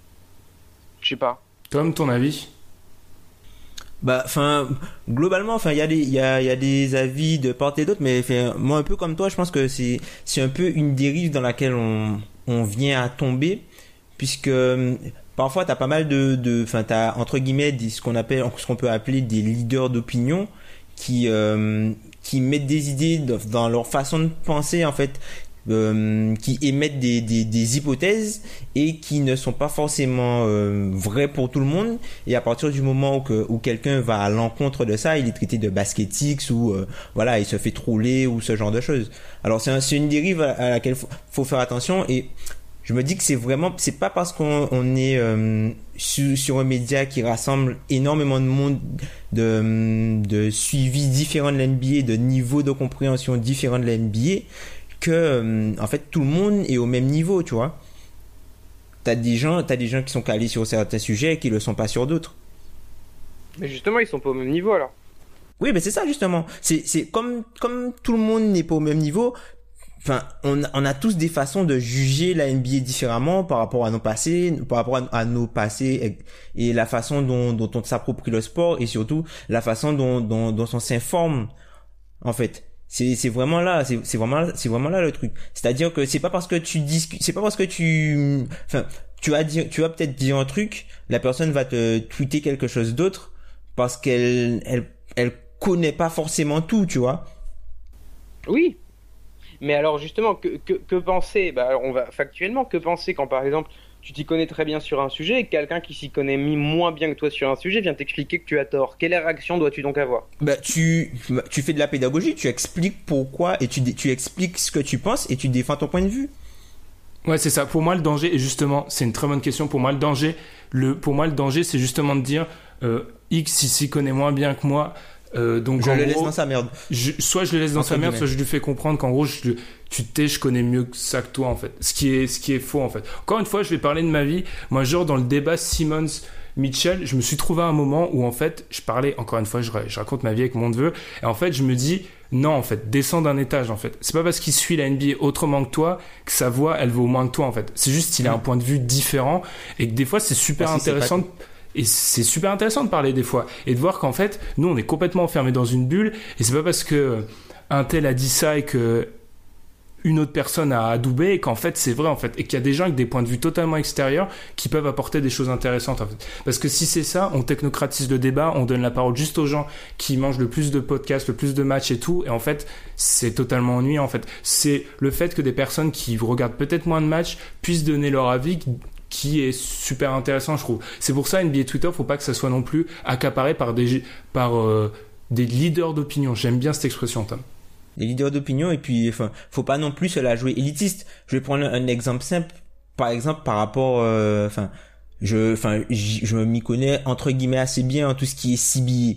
Speaker 6: Je sais pas.
Speaker 4: Tom, ton avis?
Speaker 5: Bah, enfin, globalement, enfin, il y a des, il y a, il y a des avis de part et d'autre, mais enfin, moi, un peu comme toi, je pense que c'est, c'est un peu une dérive dans laquelle on, on vient à tomber, puisque parfois t'as pas mal de, de, enfin, t'as entre guillemets des, ce qu'on appelle, ce qu'on peut appeler des leaders d'opinion qui, euh, qui mettent des idées dans leur façon de penser en fait, euh, qui émettent des, des, des hypothèses et qui ne sont pas forcément euh, vraies pour tout le monde, et à partir du moment où, que, où quelqu'un va à l'encontre de ça, il est traité de basketix ou euh, voilà, il se fait troller ou ce genre de choses. Alors c'est, un, c'est une dérive à, à laquelle faut, faut faire attention, et je me dis que c'est vraiment, c'est pas parce qu'on on est euh, sur, sur un média qui rassemble énormément de monde, de, de suivi différent de l'N B A, de niveau de compréhension différent de l'N B A, que euh, en fait tout le monde est au même niveau, tu vois. T'as des gens, t'as des gens qui sont calés sur certains sujets et qui le sont pas sur d'autres.
Speaker 6: Mais justement, ils sont pas au même niveau alors.
Speaker 5: Oui, mais c'est ça justement. C'est c'est comme comme tout le monde n'est pas au même niveau. Enfin, on, on a tous des façons de juger la N B A différemment par rapport à nos passés, par rapport à, à nos passés et, et la façon dont, dont on s'approprie le sport et surtout la façon dont, dont, dont on s'informe. En fait, c'est, c'est vraiment là, c'est, c'est vraiment, c'est vraiment là le truc. C'est-à-dire que c'est pas parce que tu discutes, c'est pas parce que tu, enfin, tu vas dire, tu vas peut-être dire un truc, la personne va te tweeter quelque chose d'autre parce qu'elle, elle, elle connaît pas forcément tout, tu vois.
Speaker 6: Oui. Mais alors justement, que, que, que penser bah alors on va factuellement, que penser quand par exemple tu t'y connais très bien sur un sujet et quelqu'un qui s'y connaît moins bien que toi sur un sujet vient t'expliquer que tu as tort. Quelle réaction dois-tu donc avoir ?
Speaker 5: Bah tu tu fais de la pédagogie, tu expliques pourquoi et tu tu expliques ce que tu penses et tu défends ton point de vue.
Speaker 4: Ouais, c'est ça. Pour moi, le danger, et justement, c'est une très bonne question. Pour moi, le danger, le pour moi le danger, c'est justement de dire euh, X il s'y connaît moins bien que moi. Euh, donc
Speaker 5: je
Speaker 4: en
Speaker 5: le
Speaker 4: gros,
Speaker 5: laisse dans sa merde.
Speaker 4: Je, soit je le laisse dans
Speaker 5: Entre
Speaker 4: sa merde,
Speaker 5: guillemets.
Speaker 4: soit je lui fais comprendre qu'en gros, je, tu t'es, je connais mieux que ça que toi en fait. Ce qui est, ce qui est faux en fait. Encore une fois, je vais parler de ma vie. Moi, genre dans le débat Simmons-Mitchell, je me suis trouvé à un moment où en fait, je parlais. Encore une fois, je, je raconte ma vie avec mon neveu. Et en fait, je me dis non, en fait, descends d'un étage en fait. C'est pas parce qu'il suit la N B A autrement que toi que sa voix, elle vaut moins que toi en fait. C'est juste qu'il a un point de vue différent et que des fois, c'est super
Speaker 5: Parce que
Speaker 4: intéressant.
Speaker 5: c'est pas...
Speaker 4: Et c'est super intéressant de parler des fois et de voir qu'en fait, nous, on est complètement enfermés dans une bulle et c'est pas parce que un tel a dit ça et que une autre personne a adoubé et qu'en fait, c'est vrai en fait et qu'il y a des gens avec des points de vue totalement extérieurs qui peuvent apporter des choses intéressantes en fait. Parce que si c'est ça, on technocratise le débat, on donne la parole juste aux gens qui mangent le plus de podcasts, le plus de matchs et tout et en fait, c'est totalement ennuyant en fait. C'est le fait que des personnes qui regardent peut-être moins de matchs puissent donner leur avis qui est super intéressant, je trouve. C'est pour ça, N B A Twitter, faut pas que ça soit non plus accaparé par des, par, euh, des leaders d'opinion. J'aime bien cette expression, Tom.
Speaker 5: Des leaders d'opinion, et puis, enfin, faut pas non plus se la jouer élitiste. Je vais prendre un exemple simple. Par exemple, par rapport, euh, enfin, je, enfin, je m'y connais, entre guillemets, assez bien en tout ce qui est C B A.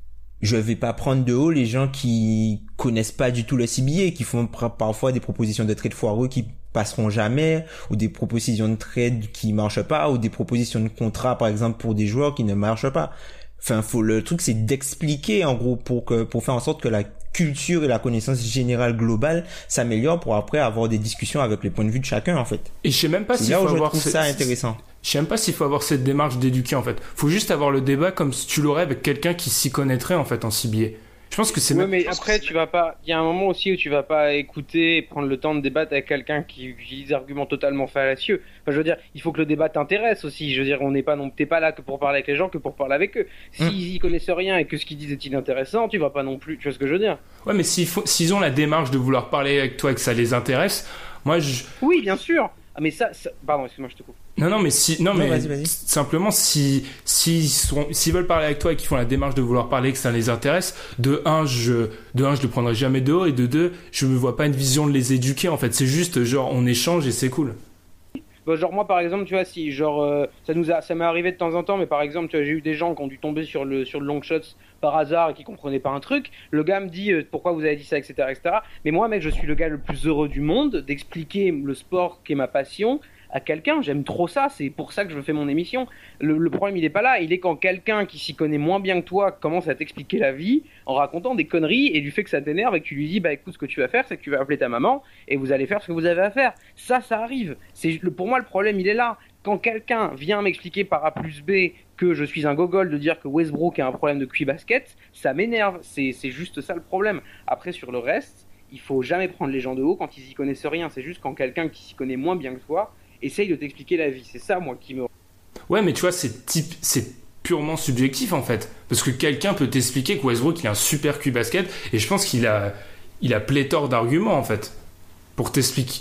Speaker 5: Je vais pas prendre de haut les gens qui connaissent pas du tout le C B A, qui font parfois des propositions de trade foireux qui passeront jamais, ou des propositions de trade qui marchent pas, ou des propositions de contrat, par exemple, pour des joueurs qui ne marchent pas. Enfin, faut, le truc, c'est d'expliquer, en gros, pour que, pour faire en sorte que la culture et la connaissance générale globale s'améliorent pour après avoir des discussions avec les points de vue de chacun, en fait.
Speaker 4: Et je sais même pas
Speaker 5: c'est
Speaker 4: s'il
Speaker 5: là
Speaker 4: faut
Speaker 5: où je
Speaker 4: avoir
Speaker 5: trouve
Speaker 4: cette...
Speaker 5: ça intéressant.
Speaker 4: Je sais même pas s'il faut avoir cette démarche d'éduquer, en fait. Faut juste avoir le débat comme si tu l'aurais avec quelqu'un qui s'y connaîtrait, en fait, en C B A. Je pense que c'est
Speaker 6: ouais,
Speaker 4: même...
Speaker 6: mais après, tu vas pas. Il y a un moment aussi où tu vas pas écouter et prendre le temps de débattre avec quelqu'un qui utilise des arguments totalement fallacieux. Enfin, je veux dire, il faut que le débat t'intéresse aussi. Je veux dire, on n'est pas non, t'es pas là que pour parler avec les gens, que pour parler avec eux. S'ils mm. y connaissent rien et que ce qu'ils disent est inintéressant, tu vas pas non plus. Tu vois ce que je veux dire ?
Speaker 4: Ouais, mais s'ils, faut... s'ils ont la démarche de vouloir parler avec toi et que ça les intéresse, moi je.
Speaker 6: Oui, bien sûr. Ah, mais ça, ça... pardon, excuse-moi, je te coupe.
Speaker 4: Non, non, mais si, non,
Speaker 5: non,
Speaker 4: mais
Speaker 5: vas-y, vas-y.
Speaker 4: simplement si, s'ils sont, s'ils veulent parler avec toi et qu'ils font la démarche de vouloir parler, que ça les intéresse, de un, je, de un, je le prendrai jamais de haut, et de deux, je me vois pas une vision de les éduquer, en fait. C'est juste, genre, on échange et c'est cool.
Speaker 6: Bah, genre moi par exemple tu vois si genre euh, ça nous a ça m'est arrivé de temps en temps mais par exemple tu vois, j'ai eu des gens qui ont dû tomber sur le sur le long shots par hasard et qui comprenaient pas un truc, le gars me dit euh, pourquoi vous avez dit ça, etc., etc., mais moi mec je suis le gars le plus heureux du monde d'expliquer le sport qui est ma passion à quelqu'un, j'aime trop ça, c'est pour ça que je fais mon émission. Le, le problème il est pas là, il est quand quelqu'un qui s'y connaît moins bien que toi commence à t'expliquer la vie en racontant des conneries et du fait que ça t'énerve et que tu lui dis bah écoute ce que tu vas faire c'est que tu vas appeler ta maman et vous allez faire ce que vous avez à faire. Ça ça arrive. C'est le, pour moi le problème il est là. Quand quelqu'un vient m'expliquer par A plus B que je suis un gogol de dire que Westbrook a un problème de Q I basket, ça m'énerve. C'est, c'est juste ça le problème. Après sur le reste, il faut jamais prendre les gens de haut quand ils y connaissent rien. C'est juste quand quelqu'un qui s'y connaît moins bien que toi essaye de t'expliquer la vie, c'est ça moi qui me...
Speaker 4: Ouais mais tu vois c'est type, c'est purement subjectif en fait, parce que quelqu'un peut t'expliquer que Westbrook il a un super Q basket et je pense qu'il a, il a pléthore d'arguments en fait, pour t'expliquer.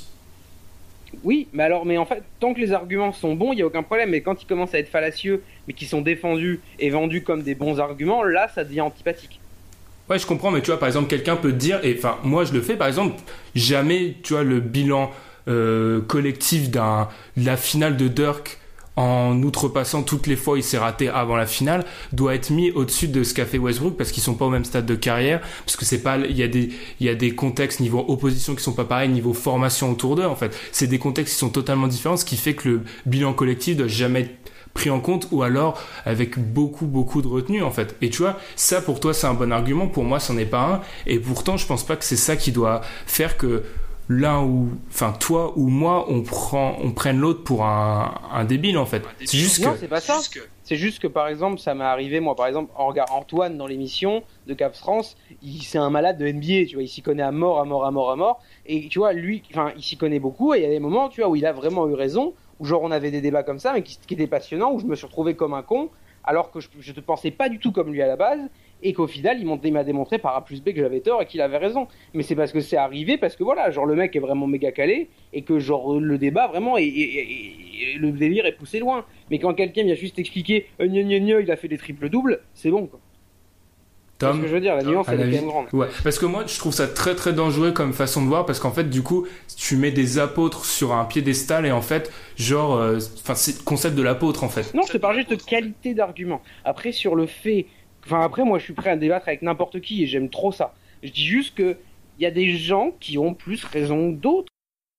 Speaker 6: Oui, mais alors, mais en fait, tant que les arguments sont bons, il n'y a aucun problème, mais quand ils commencent à être fallacieux, mais qui sont défendus et vendus comme des bons arguments, là ça devient antipathique.
Speaker 4: Ouais, je comprends, mais tu vois, par exemple, quelqu'un peut te dire, et enfin, moi je le fais, par exemple, jamais, tu vois, le bilan euh, collectif d'un de la finale de Dirk en outrepassant toutes les fois où il s'est raté avant la finale doit être mis au-dessus de ce qu'a fait Westbrook parce qu'ils sont pas au même stade de carrière, parce que c'est pas, il y a des, il y a des contextes niveau opposition qui sont pas pareils, niveau formation autour d'eux, en fait. C'est des contextes qui sont totalement différents, ce qui fait que le bilan collectif doit jamais être pris en compte ou alors avec beaucoup, beaucoup de retenue, en fait. Et tu vois, ça pour toi c'est un bon argument, pour moi c'en est pas un, et pourtant je pense pas que c'est ça qui doit faire que l'un ou enfin toi ou moi on prend on prenne l'autre pour un, un débile en fait. C'est juste
Speaker 6: non,
Speaker 4: que
Speaker 6: c'est pas ça.
Speaker 4: que...
Speaker 6: C'est juste que par exemple ça m'est arrivé moi par exemple en regard Antoine dans l'émission de Cap France, il c'est un malade de N B A, tu vois, il s'y connaît à mort à mort à mort à mort et tu vois lui enfin il s'y connaît beaucoup et il y a des moments tu vois où il a vraiment eu raison, où genre on avait des débats comme ça mais qui, qui étaient passionnants, où je me suis retrouvé comme un con alors que je je te pensais pas du tout comme lui à la base. Et qu'au final, il, il m'a démontré par A plus B que j'avais tort et qu'il avait raison. Mais c'est parce que c'est arrivé, parce que voilà, genre le mec est vraiment méga calé et que genre le débat vraiment est, est, est, est le délire est poussé loin. Mais quand quelqu'un vient juste expliquer euh, gna gna gna, il a fait des triples doubles, c'est bon quoi.
Speaker 4: Tom,
Speaker 6: c'est ce que je veux dire, la nuance elle est quand même grande.
Speaker 4: Ouais, parce que moi je trouve ça très très dangereux comme façon de voir, parce qu'en fait du coup tu mets des apôtres sur un piédestal et en fait genre, enfin euh, c'est le concept de l'apôtre en fait.
Speaker 6: Non, je te parle juste de qualité d'argument. Après sur le fait. Enfin, après, moi, je suis prêt à débattre avec n'importe qui et j'aime trop ça. Je dis juste que il y a des gens qui ont plus raison que d'autres.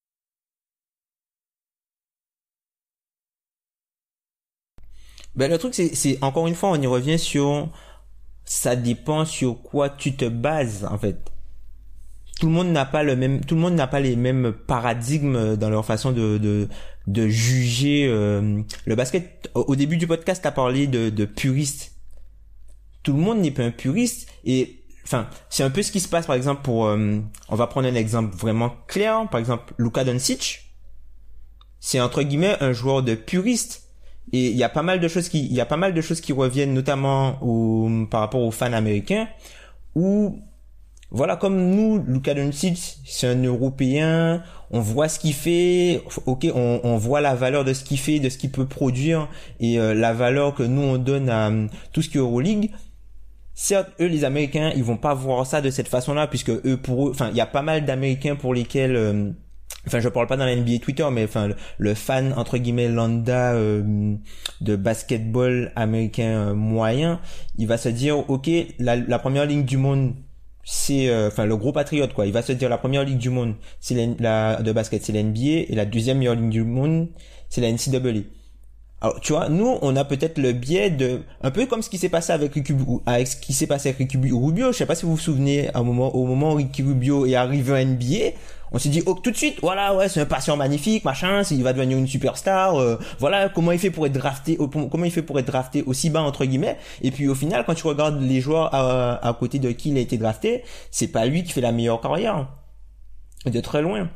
Speaker 5: Ben, le truc, c'est, c'est, encore une fois, on y revient sur, ça dépend sur quoi tu te bases, en fait. Tout le monde n'a pas le même, tout le monde n'a pas les mêmes paradigmes dans leur façon de, de, de juger, euh, le basket. Au début du podcast, t'as parlé de, de puriste. Tout le monde n'est pas un puriste et enfin c'est un peu ce qui se passe par exemple pour euh, on va prendre un exemple vraiment clair, par exemple Luka Doncic, c'est entre guillemets un joueur de puriste et il y a pas mal de choses qui il y a pas mal de choses qui reviennent notamment au par rapport aux fans américains où voilà, comme nous Luka Doncic c'est un Européen, on voit ce qu'il fait, ok, on, on voit la valeur de ce qu'il fait, de ce qu'il peut produire et euh, la valeur que nous on donne à euh, tout ce qui est Euroleague. Certes, eux, les Américains, ils vont pas voir ça de cette façon-là, puisque eux, pour eux, enfin, il y a pas mal d'Américains pour lesquels, euh, enfin, je parle pas dans la N B A Twitter, mais enfin, le, le fan entre guillemets lambda euh, de basketball américain euh, moyen, il va se dire, ok, la, la première ligue du monde, c'est, euh, enfin, le gros patriote quoi. Il va se dire la première ligue du monde, c'est la, la de basket, c'est la N B A, et la deuxième meilleure ligue du monde, c'est la N C double A. Alors, tu vois, nous, on a peut-être le biais de, un peu comme ce qui s'est passé avec Ricky, avec ce qui s'est passé avec Ricky Rubio. Je sais pas si vous vous souvenez, à un moment, au moment où Ricky Rubio est arrivé en N B A, on s'est dit, oh, tout de suite, voilà, ouais, c'est un passeur magnifique, machin, il va devenir une superstar, euh, voilà, comment il fait pour être drafté, comment il fait pour être drafté aussi bas, entre guillemets. Et puis, au final, quand tu regardes les joueurs à, à côté de qui il a été drafté, c'est pas lui qui fait la meilleure carrière. De très loin.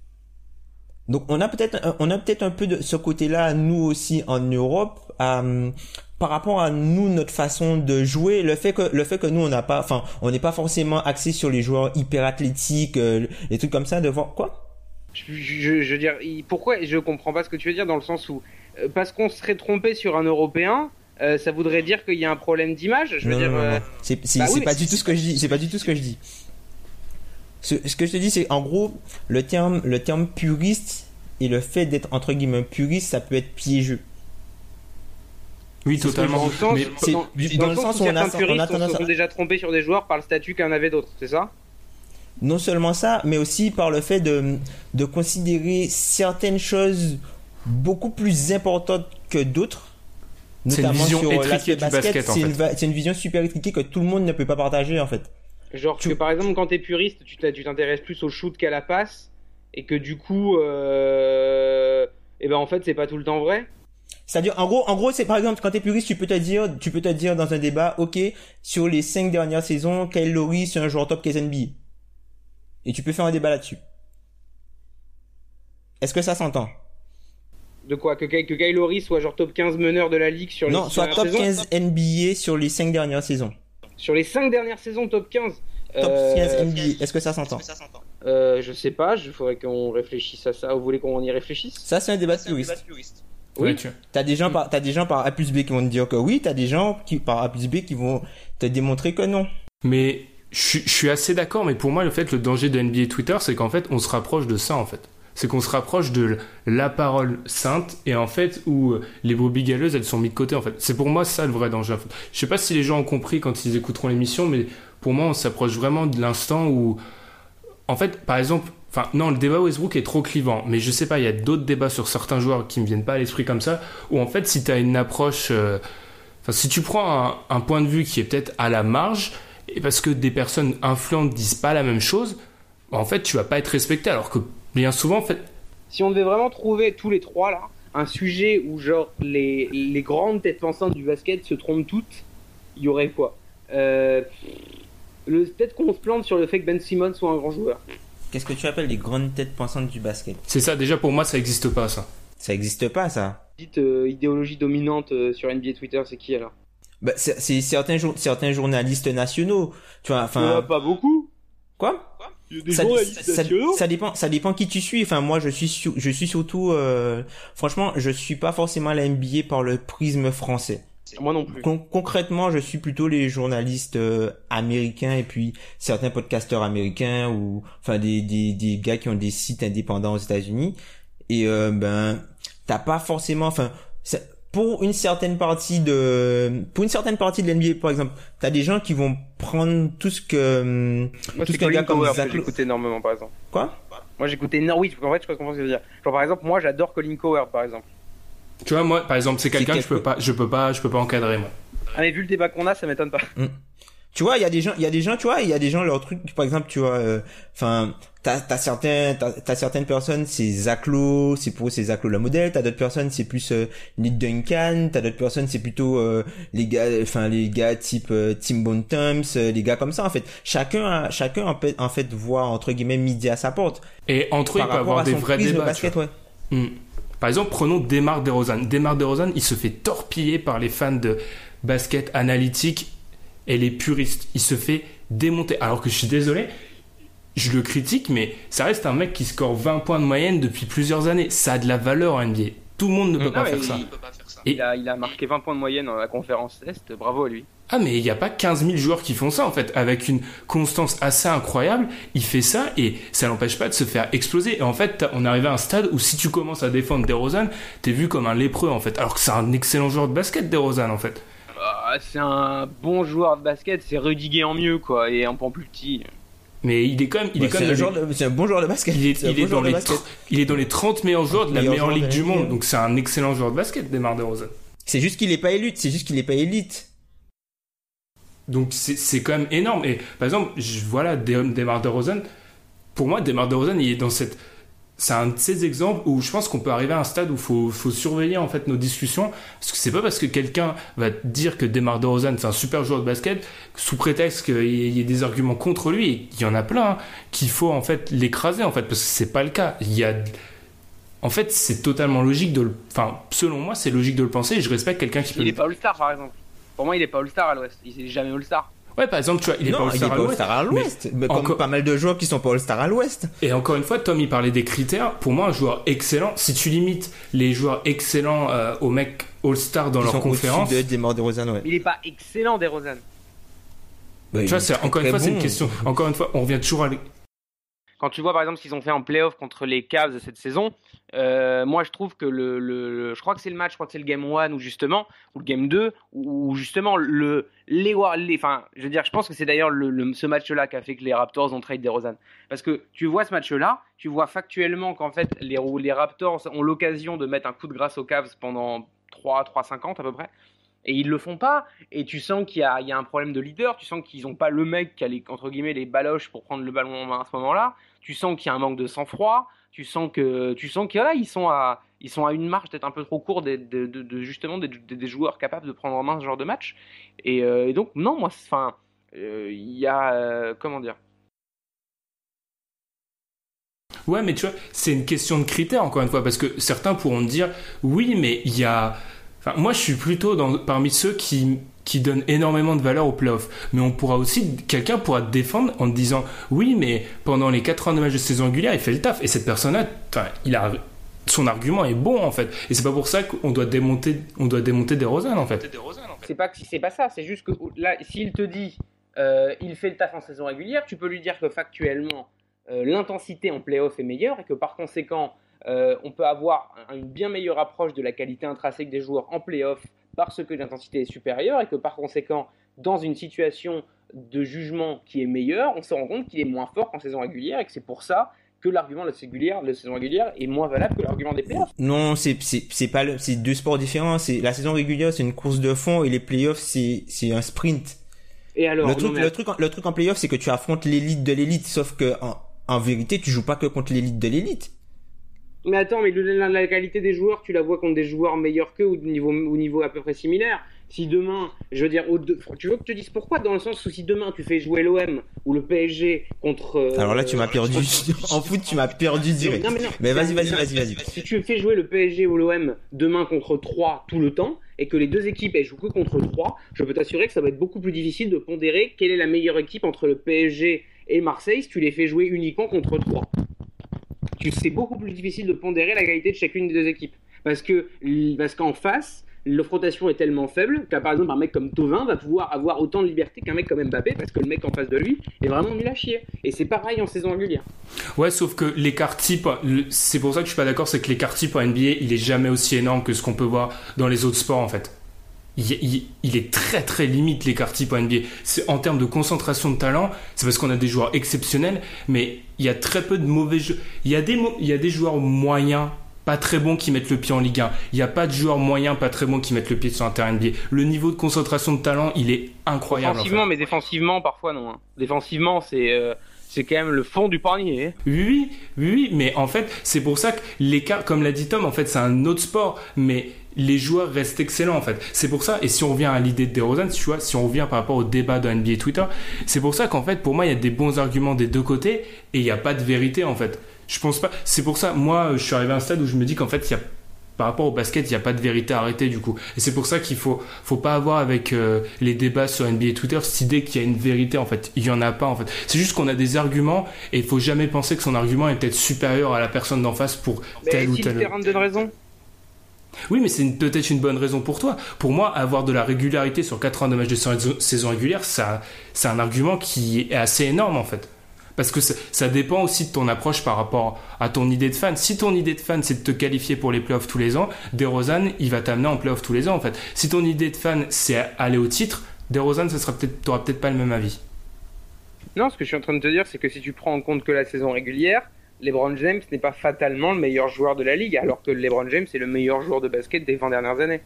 Speaker 5: Donc on a peut-être on a peut-être un peu de ce côté-là nous aussi en Europe euh, par rapport à nous notre façon de jouer, le fait que le fait que nous on n'a pas enfin on n'est pas forcément axé sur les joueurs hyper athlétiques, euh, les trucs comme ça, de voir quoi
Speaker 6: je, je, je veux dire pourquoi je comprends pas ce que tu veux dire dans le sens où euh, parce qu'on serait trompé sur un Européen, euh, ça voudrait dire qu'il y a un problème d'image, je veux
Speaker 5: non,
Speaker 6: dire
Speaker 5: non, non,
Speaker 6: euh...
Speaker 5: non. c'est c'est,
Speaker 6: bah
Speaker 5: c'est
Speaker 6: oui,
Speaker 5: pas
Speaker 6: mais
Speaker 5: du tout ce que je dis, c'est pas du tout ce que je dis. Ce, ce que je te dis, c'est en gros le terme le terme puriste et le fait d'être entre guillemets puriste, ça peut être piégeux.
Speaker 4: Oui,
Speaker 6: c'est
Speaker 4: totalement.
Speaker 6: Dans le sens,
Speaker 4: mais
Speaker 6: dans, dans,
Speaker 5: dans
Speaker 6: dans
Speaker 5: le
Speaker 6: sens
Speaker 5: sens
Speaker 6: où
Speaker 5: où on a,
Speaker 6: certains puristes
Speaker 5: on a tendance
Speaker 6: se sont
Speaker 5: à...
Speaker 6: déjà trompés sur des joueurs par le statut qu'un avait d'autres, c'est ça?
Speaker 5: Non seulement ça, mais aussi par le fait de de considérer certaines choses beaucoup plus importantes que d'autres.
Speaker 4: Notamment c'est une vision
Speaker 5: sur
Speaker 4: étriquée du
Speaker 5: basket,
Speaker 4: basket en
Speaker 5: c'est,
Speaker 4: fait.
Speaker 5: une, c'est une vision super étriquée que tout le monde ne peut pas partager en fait.
Speaker 6: Genre
Speaker 5: tu...
Speaker 6: que par exemple quand t'es puriste, tu, tu t'intéresses plus au shoot qu'à la passe, et que du coup, euh... et ben en fait c'est pas tout le temps vrai.
Speaker 5: C'est-à-dire en gros, en gros c'est par exemple quand t'es puriste, tu peux te dire, tu peux te dire dans un débat, ok, sur les cinq dernières saisons, Kyle Lowry c'est un joueur top K N B A, et tu peux faire un débat là-dessus. Est-ce que ça s'entend?
Speaker 6: De quoi? Que, que Kyle Lowry soit genre top quinze meneur de la ligue sur les
Speaker 5: non, soit top quinze N B A sur les cinq dernières saisons.
Speaker 6: Sur les cinq dernières saisons top quinze.
Speaker 5: Top
Speaker 6: euh...
Speaker 5: quinze N B A, est-ce que ça s'entend?
Speaker 6: Euh, je sais pas, il faudrait qu'on réfléchisse à ça. Vous voulez qu'on y réfléchisse?
Speaker 5: Ça, c'est un débat de puriste.
Speaker 6: Oui.
Speaker 5: Ouais, t'as des gens par, t'as des gens par A plus B qui vont te dire que oui, t'as des gens qui, par A plus B qui vont te démontrer que non.
Speaker 4: Mais, je, je suis assez d'accord, mais pour moi, le fait, le danger de N B A Twitter, c'est qu'en fait, on se rapproche de ça, en fait. c'est qu'on se rapproche de la parole sainte et en fait où les brebis galeuses elles sont mises de côté en fait. C'est pour moi ça le vrai danger. Je sais pas si les gens ont compris quand ils écouteront l'émission, mais pour moi on s'approche vraiment de l'instant où en fait par exemple, enfin non le débat Westbrook est trop clivant, mais je sais pas, il y a d'autres débats sur certains joueurs qui me viennent pas à l'esprit comme ça où en fait si t'as une approche, euh, enfin si tu prends un, un point de vue qui est peut-être à la marge et parce que des personnes influentes disent pas la même chose, en fait tu vas pas être respecté alors que bien souvent, en fait...
Speaker 6: Si on devait vraiment trouver, tous les trois, là, un sujet où, genre, les, les grandes têtes pensantes du basket se trompent toutes, il y aurait quoi euh, le, Peut-être qu'on se plante sur le fait que Ben Simmons soit un grand joueur.
Speaker 5: Qu'est-ce que tu appelles les grandes têtes pensantes du basket ?
Speaker 4: C'est ça, déjà, pour moi, ça existe pas, ça.
Speaker 5: Ça existe pas, ça.
Speaker 6: Dites euh, idéologie dominante euh, sur N B A Twitter, c'est qui, alors ?
Speaker 5: Bah, c'est, c'est certains, certains journalistes nationaux, tu vois, enfin...
Speaker 6: Euh, pas beaucoup.
Speaker 5: Quoi ?
Speaker 6: Il y a des
Speaker 5: ça,
Speaker 6: journalistes
Speaker 5: ça,
Speaker 6: nationaux.
Speaker 5: ça dépend, ça dépend qui tu suis. Enfin, moi, je suis, su- je suis surtout, euh, franchement, je suis pas forcément la N B A par le prisme français.
Speaker 6: Moi non plus.
Speaker 5: Con- concrètement, je suis plutôt les journalistes euh, américains et puis certains podcasteurs américains ou, enfin, des, des, des gars qui ont des sites indépendants aux États-Unis. Et euh, ben, t'as pas forcément, enfin, c'est- pour une certaine partie de, pour une certaine partie de l'N B A, par exemple, t'as des gens qui vont prendre tout ce que,
Speaker 6: Moi,
Speaker 5: tout
Speaker 6: c'est
Speaker 5: ce qu'un gars
Speaker 6: Colin
Speaker 5: comme
Speaker 6: Cowherd
Speaker 5: Zach
Speaker 6: que j'écoutais énormément, par exemple.
Speaker 5: Quoi?
Speaker 6: Moi, j'écoutais... Non, oui, en fait, je sais pas comment je veux dire. Genre, par exemple, moi, j'adore Colin Cowherd, par exemple.
Speaker 4: Tu vois, moi, par exemple, c'est quelqu'un
Speaker 5: C'est
Speaker 4: que je peux pas, je peux pas, je peux pas encadrer, moi.
Speaker 6: Ah, mais vu le débat qu'on a, ça m'étonne pas.
Speaker 5: Tu vois, il y a des gens, il y a des gens, tu vois, il y a des gens, leur truc, par exemple, tu vois, enfin, euh, t'as, t'as certains, t'as, t'as certaines personnes, c'est Zach Lowe, c'est pour eux, c'est Zach Lowe le modèle, t'as d'autres personnes, c'est plus euh, Nick Duncan, t'as d'autres personnes, c'est plutôt euh, les gars, enfin, les gars type euh, Tim Bontemps, euh, les gars comme ça, en fait. Chacun, a, chacun, en fait, en fait, voit, entre guillemets, midi à sa porte.
Speaker 4: Et entre eux, il peut avoir des vrais débats.
Speaker 5: Basket, ouais.
Speaker 4: Hmm. Par exemple, prenons DeMar DeRozan. DeMar DeRozan, il se fait torpiller par les fans de basket analytique et les puristes. Il se fait démonter. Alors que je suis désolé, je le critique, mais ça reste un mec qui score vingt points de moyenne depuis plusieurs années. Ça a de la valeur en N B A. Tout le monde ne peut,
Speaker 6: Non,
Speaker 4: pas,
Speaker 6: mais
Speaker 4: faire
Speaker 6: il,
Speaker 4: ça.
Speaker 6: il peut pas faire ça.
Speaker 4: Et...
Speaker 6: Il, a, il a marqué vingt points de moyenne dans la conférence Est. Bravo à lui.
Speaker 4: Ah, mais il n'y a pas quinze mille joueurs qui font ça, en fait. Avec une constance assez incroyable, il fait ça et ça l'empêche pas de se faire exploser. Et en fait, on est arrivé à un stade où si tu commences à défendre DeRozan, t'es vu comme un lépreux, en fait. Alors que c'est un excellent joueur de basket, DeRozan, en fait.
Speaker 6: Ah, c'est un bon joueur de basket, c'est Rudiger en mieux, quoi, et un peu plus petit.
Speaker 4: Mais il est quand même, il
Speaker 5: Ouais,
Speaker 4: est quand
Speaker 5: c'est,
Speaker 4: même
Speaker 5: un joueur de, c'est un bon joueur de basket.
Speaker 4: Il est,
Speaker 5: C'est un
Speaker 4: il,
Speaker 5: bon
Speaker 4: est dans
Speaker 5: joueur de
Speaker 4: les
Speaker 5: basket.
Speaker 4: tr- il est dans les trente meilleurs joueurs de la
Speaker 5: Meilleur
Speaker 4: meilleure
Speaker 5: joueur
Speaker 4: ligue
Speaker 5: de
Speaker 4: du
Speaker 5: la
Speaker 4: monde.
Speaker 5: ligue.
Speaker 4: Donc c'est un excellent joueur de basket, DeMar DeRozan.
Speaker 5: C'est juste qu'il est pas élite, c'est juste qu'il est pas élite.
Speaker 4: Donc c'est, c'est quand même énorme. Et par exemple, je, voilà, De- DeMar DeRozan, pour moi, DeMar DeRozan, il est dans cette... C'est un de ces exemples où je pense qu'on peut arriver à un stade où il faut, faut surveiller en fait nos discussions. Parce que c'est pas parce que quelqu'un va te dire que DeMar DeRozan c'est un super joueur de basket, sous prétexte qu'il y ait des arguments contre lui, et il y en a plein, hein, qu'il faut en fait l'écraser en fait, parce que c'est pas le cas. Il y a... En fait, c'est totalement logique de le... Enfin, selon moi, c'est logique de le penser et je respecte quelqu'un qui peut...
Speaker 6: Il est pas All-Star, par exemple. Pour moi, il est pas All-Star à l'Ouest. Il est jamais All-Star.
Speaker 4: Ouais, par exemple, tu vois, il est
Speaker 5: non,
Speaker 4: pas All-Star
Speaker 5: il est
Speaker 4: à
Speaker 5: pas
Speaker 4: l'Ouest.
Speaker 5: All-Star à l'Ouest. Mais comme
Speaker 4: encore...
Speaker 5: pas mal de joueurs qui sont pas All-Star à l'Ouest.
Speaker 4: Et encore une fois, Tom, il parlait des critères. Pour moi, un joueur excellent, si tu limites les joueurs excellents euh, aux mecs All-Star dans
Speaker 5: Ils
Speaker 4: leur
Speaker 5: sont
Speaker 4: conférence...
Speaker 5: au-dessus de DeMar DeRozan, ouais.
Speaker 6: Mais il est pas excellent, DeRozan.
Speaker 5: Bah,
Speaker 4: Tu vois, c'est, encore une fois,
Speaker 5: bon.
Speaker 4: c'est une question. Encore une fois, on revient toujours à...
Speaker 6: Quand tu vois par exemple ce qu'ils ont fait en playoff contre les Cavs cette saison, euh, moi je trouve que le, le, le, je crois que c'est le match, je crois que c'est le game un ou justement, ou le game deux, où justement le, les, les, enfin, je veux dire, je pense que c'est d'ailleurs le, le, ce match-là qui a fait que les Raptors ont trade DeRozan. Parce que tu vois ce match-là, tu vois factuellement qu'en fait les, les Raptors ont l'occasion de mettre un coup de grâce aux Cavs pendant trois à cinquante à peu près. Et ils le font pas, et tu sens qu'il y a, il y a un problème de leader, tu sens qu'ils ont pas le mec qui a les, entre guillemets, les baloches pour prendre le ballon en main à ce moment-là, tu sens qu'il y a un manque de sang-froid, tu sens que, tu sens que voilà, ils sont à, ils sont à une marche peut-être un peu trop court de, de, de, de justement des, des joueurs capables de prendre en main ce genre de match. Et, euh, et donc non, moi, enfin, il euh, y a, euh, comment dire.
Speaker 4: Ouais, mais tu vois, c'est une question de critères, encore une fois, parce que certains pourront dire, oui, mais il y a... Enfin, moi, je suis plutôt dans, parmi ceux qui, qui donnent énormément de valeur aux playoffs. Mais on pourra aussi, quelqu'un pourra te défendre en te disant, oui, mais pendant les quatre-vingt-deux matchs de saison régulière, il fait le taf. Et cette personne-là, enfin, il a, son argument est bon, en fait. Et c'est pas pour ça qu'on doit démonter, on doit démonter DeRozan, en fait.
Speaker 6: C'est pas que c'est pas ça, c'est juste que là, s'il te dit, euh, il fait le taf en saison régulière, tu peux lui dire que factuellement, euh, l'intensité en play-off est meilleure et que par conséquent, euh, on peut avoir un, une bien meilleure approche de la qualité intrinsèque des joueurs en play-off parce que l'intensité est supérieure et que par conséquent, dans une situation de jugement qui est meilleure, on se rend compte qu'il est moins fort qu'en saison régulière et que c'est pour ça que l'argument de la saison régulière, de la saison régulière est moins valable que l'argument des playoffs.
Speaker 5: Non, c'est c'est c'est pas le, c'est deux sports différents. C'est la saison régulière, c'est une course de fond et les playoffs, c'est c'est un sprint.
Speaker 6: Et alors,
Speaker 5: le truc,
Speaker 6: non, mais...
Speaker 5: le truc, le truc en playoff, c'est que tu affrontes l'élite de l'élite, sauf que en, en vérité, tu joues pas que contre l'élite de l'élite.
Speaker 6: Mais attends, mais la, la qualité des joueurs, tu la vois contre des joueurs meilleurs qu'eux ou de niveau, au niveau à peu près similaire. Si demain, je veux dire, au deux, tu veux que je te dise pourquoi? Dans le sens où si demain tu fais jouer l'O M ou le P S G contre... Euh,
Speaker 5: Alors là, tu m'as perdu. En foot, tu m'as perdu direct. Non, mais, non, mais vas-y, vas-y, vas-y, vas-y.
Speaker 6: Si tu fais jouer le P S G ou l'O M demain contre trois tout le temps, et que les deux équipes elles jouent que contre trois, je peux t'assurer que ça va être beaucoup plus difficile de pondérer quelle est la meilleure équipe entre le P S G et Marseille si tu les fais jouer uniquement contre trois. C'est beaucoup plus difficile de pondérer la qualité de chacune des deux équipes. Parce que parce qu'en face, la rotation est tellement faible que par exemple un mec comme Thauvin va pouvoir avoir autant de liberté qu'un mec comme Mbappé parce que le mec en face de lui est vraiment nul à chier. Et c'est pareil en saison régulière.
Speaker 4: Ouais, sauf que l'écart type, c'est pour ça que je suis pas d'accord, c'est que l'écart type en N B A, il est jamais aussi énorme que ce qu'on peut voir dans les autres sports en fait. Il, il, il est très très limite l'écart type en N B A. C'est, en termes de concentration de talent, c'est parce qu'on a des joueurs exceptionnels, mais il y a très peu de mauvais jeux. Il y a des, il y a des joueurs moyens, pas très bons qui mettent le pied en Ligue un. Il n'y a pas de joueurs moyens, pas très bons qui mettent le pied sur un terrain N B A. Le niveau de concentration de talent, il est incroyable.
Speaker 6: Offensivement,
Speaker 4: en fait.
Speaker 6: Mais défensivement, parfois non. Hein. Défensivement, c'est... Euh... C'est quand même le fond du panier.
Speaker 4: Oui, oui, oui, mais en fait, c'est pour ça que l'écart, comme l'a dit Tom, en fait, c'est un autre sport, mais les joueurs restent excellents, en fait. C'est pour ça, et si on revient à l'idée de DeRozan, tu vois, si on revient par rapport au débat de N B A Twitter, c'est pour ça qu'en fait, pour moi, il y a des bons arguments des deux côtés, et il n'y a pas de vérité, en fait. Je pense pas, c'est pour ça, moi, je suis arrivé à un stade où je me dis qu'en fait, il y a par rapport au basket, il n'y a pas de vérité arrêtée du coup. Et c'est pour ça qu'il faut, faut pas avoir avec euh, les débats sur N B A Twitter cette idée qu'il y a une vérité en fait. Il y en a pas en fait. C'est juste qu'on a des arguments et il faut jamais penser que son argument est peut-être supérieur à la personne d'en face pour
Speaker 6: mais
Speaker 4: telle ou
Speaker 6: si
Speaker 4: telle.
Speaker 6: le terrain te donne raison.
Speaker 4: Oui, mais c'est une, peut-être une bonne raison pour toi. Pour moi, avoir de la régularité sur quatre-vingt-deux matchs de saison régulière, ça, c'est un argument qui est assez énorme en fait. Parce que ça, ça dépend aussi de ton approche par rapport à ton idée de fan. Si ton idée de fan, c'est de te qualifier pour les playoffs tous les ans, DeRozan, il va t'amener en playoffs tous les ans, en fait. Si ton idée de fan, c'est aller au titre, DeRozan, ça sera peut-être, t'auras peut-être pas le même avis.
Speaker 6: Non, ce que je suis en train de te dire, c'est que si tu prends en compte que la saison régulière, LeBron James n'est pas fatalement le meilleur joueur de la ligue, alors que LeBron James est le meilleur joueur de basket des vingt dernières années.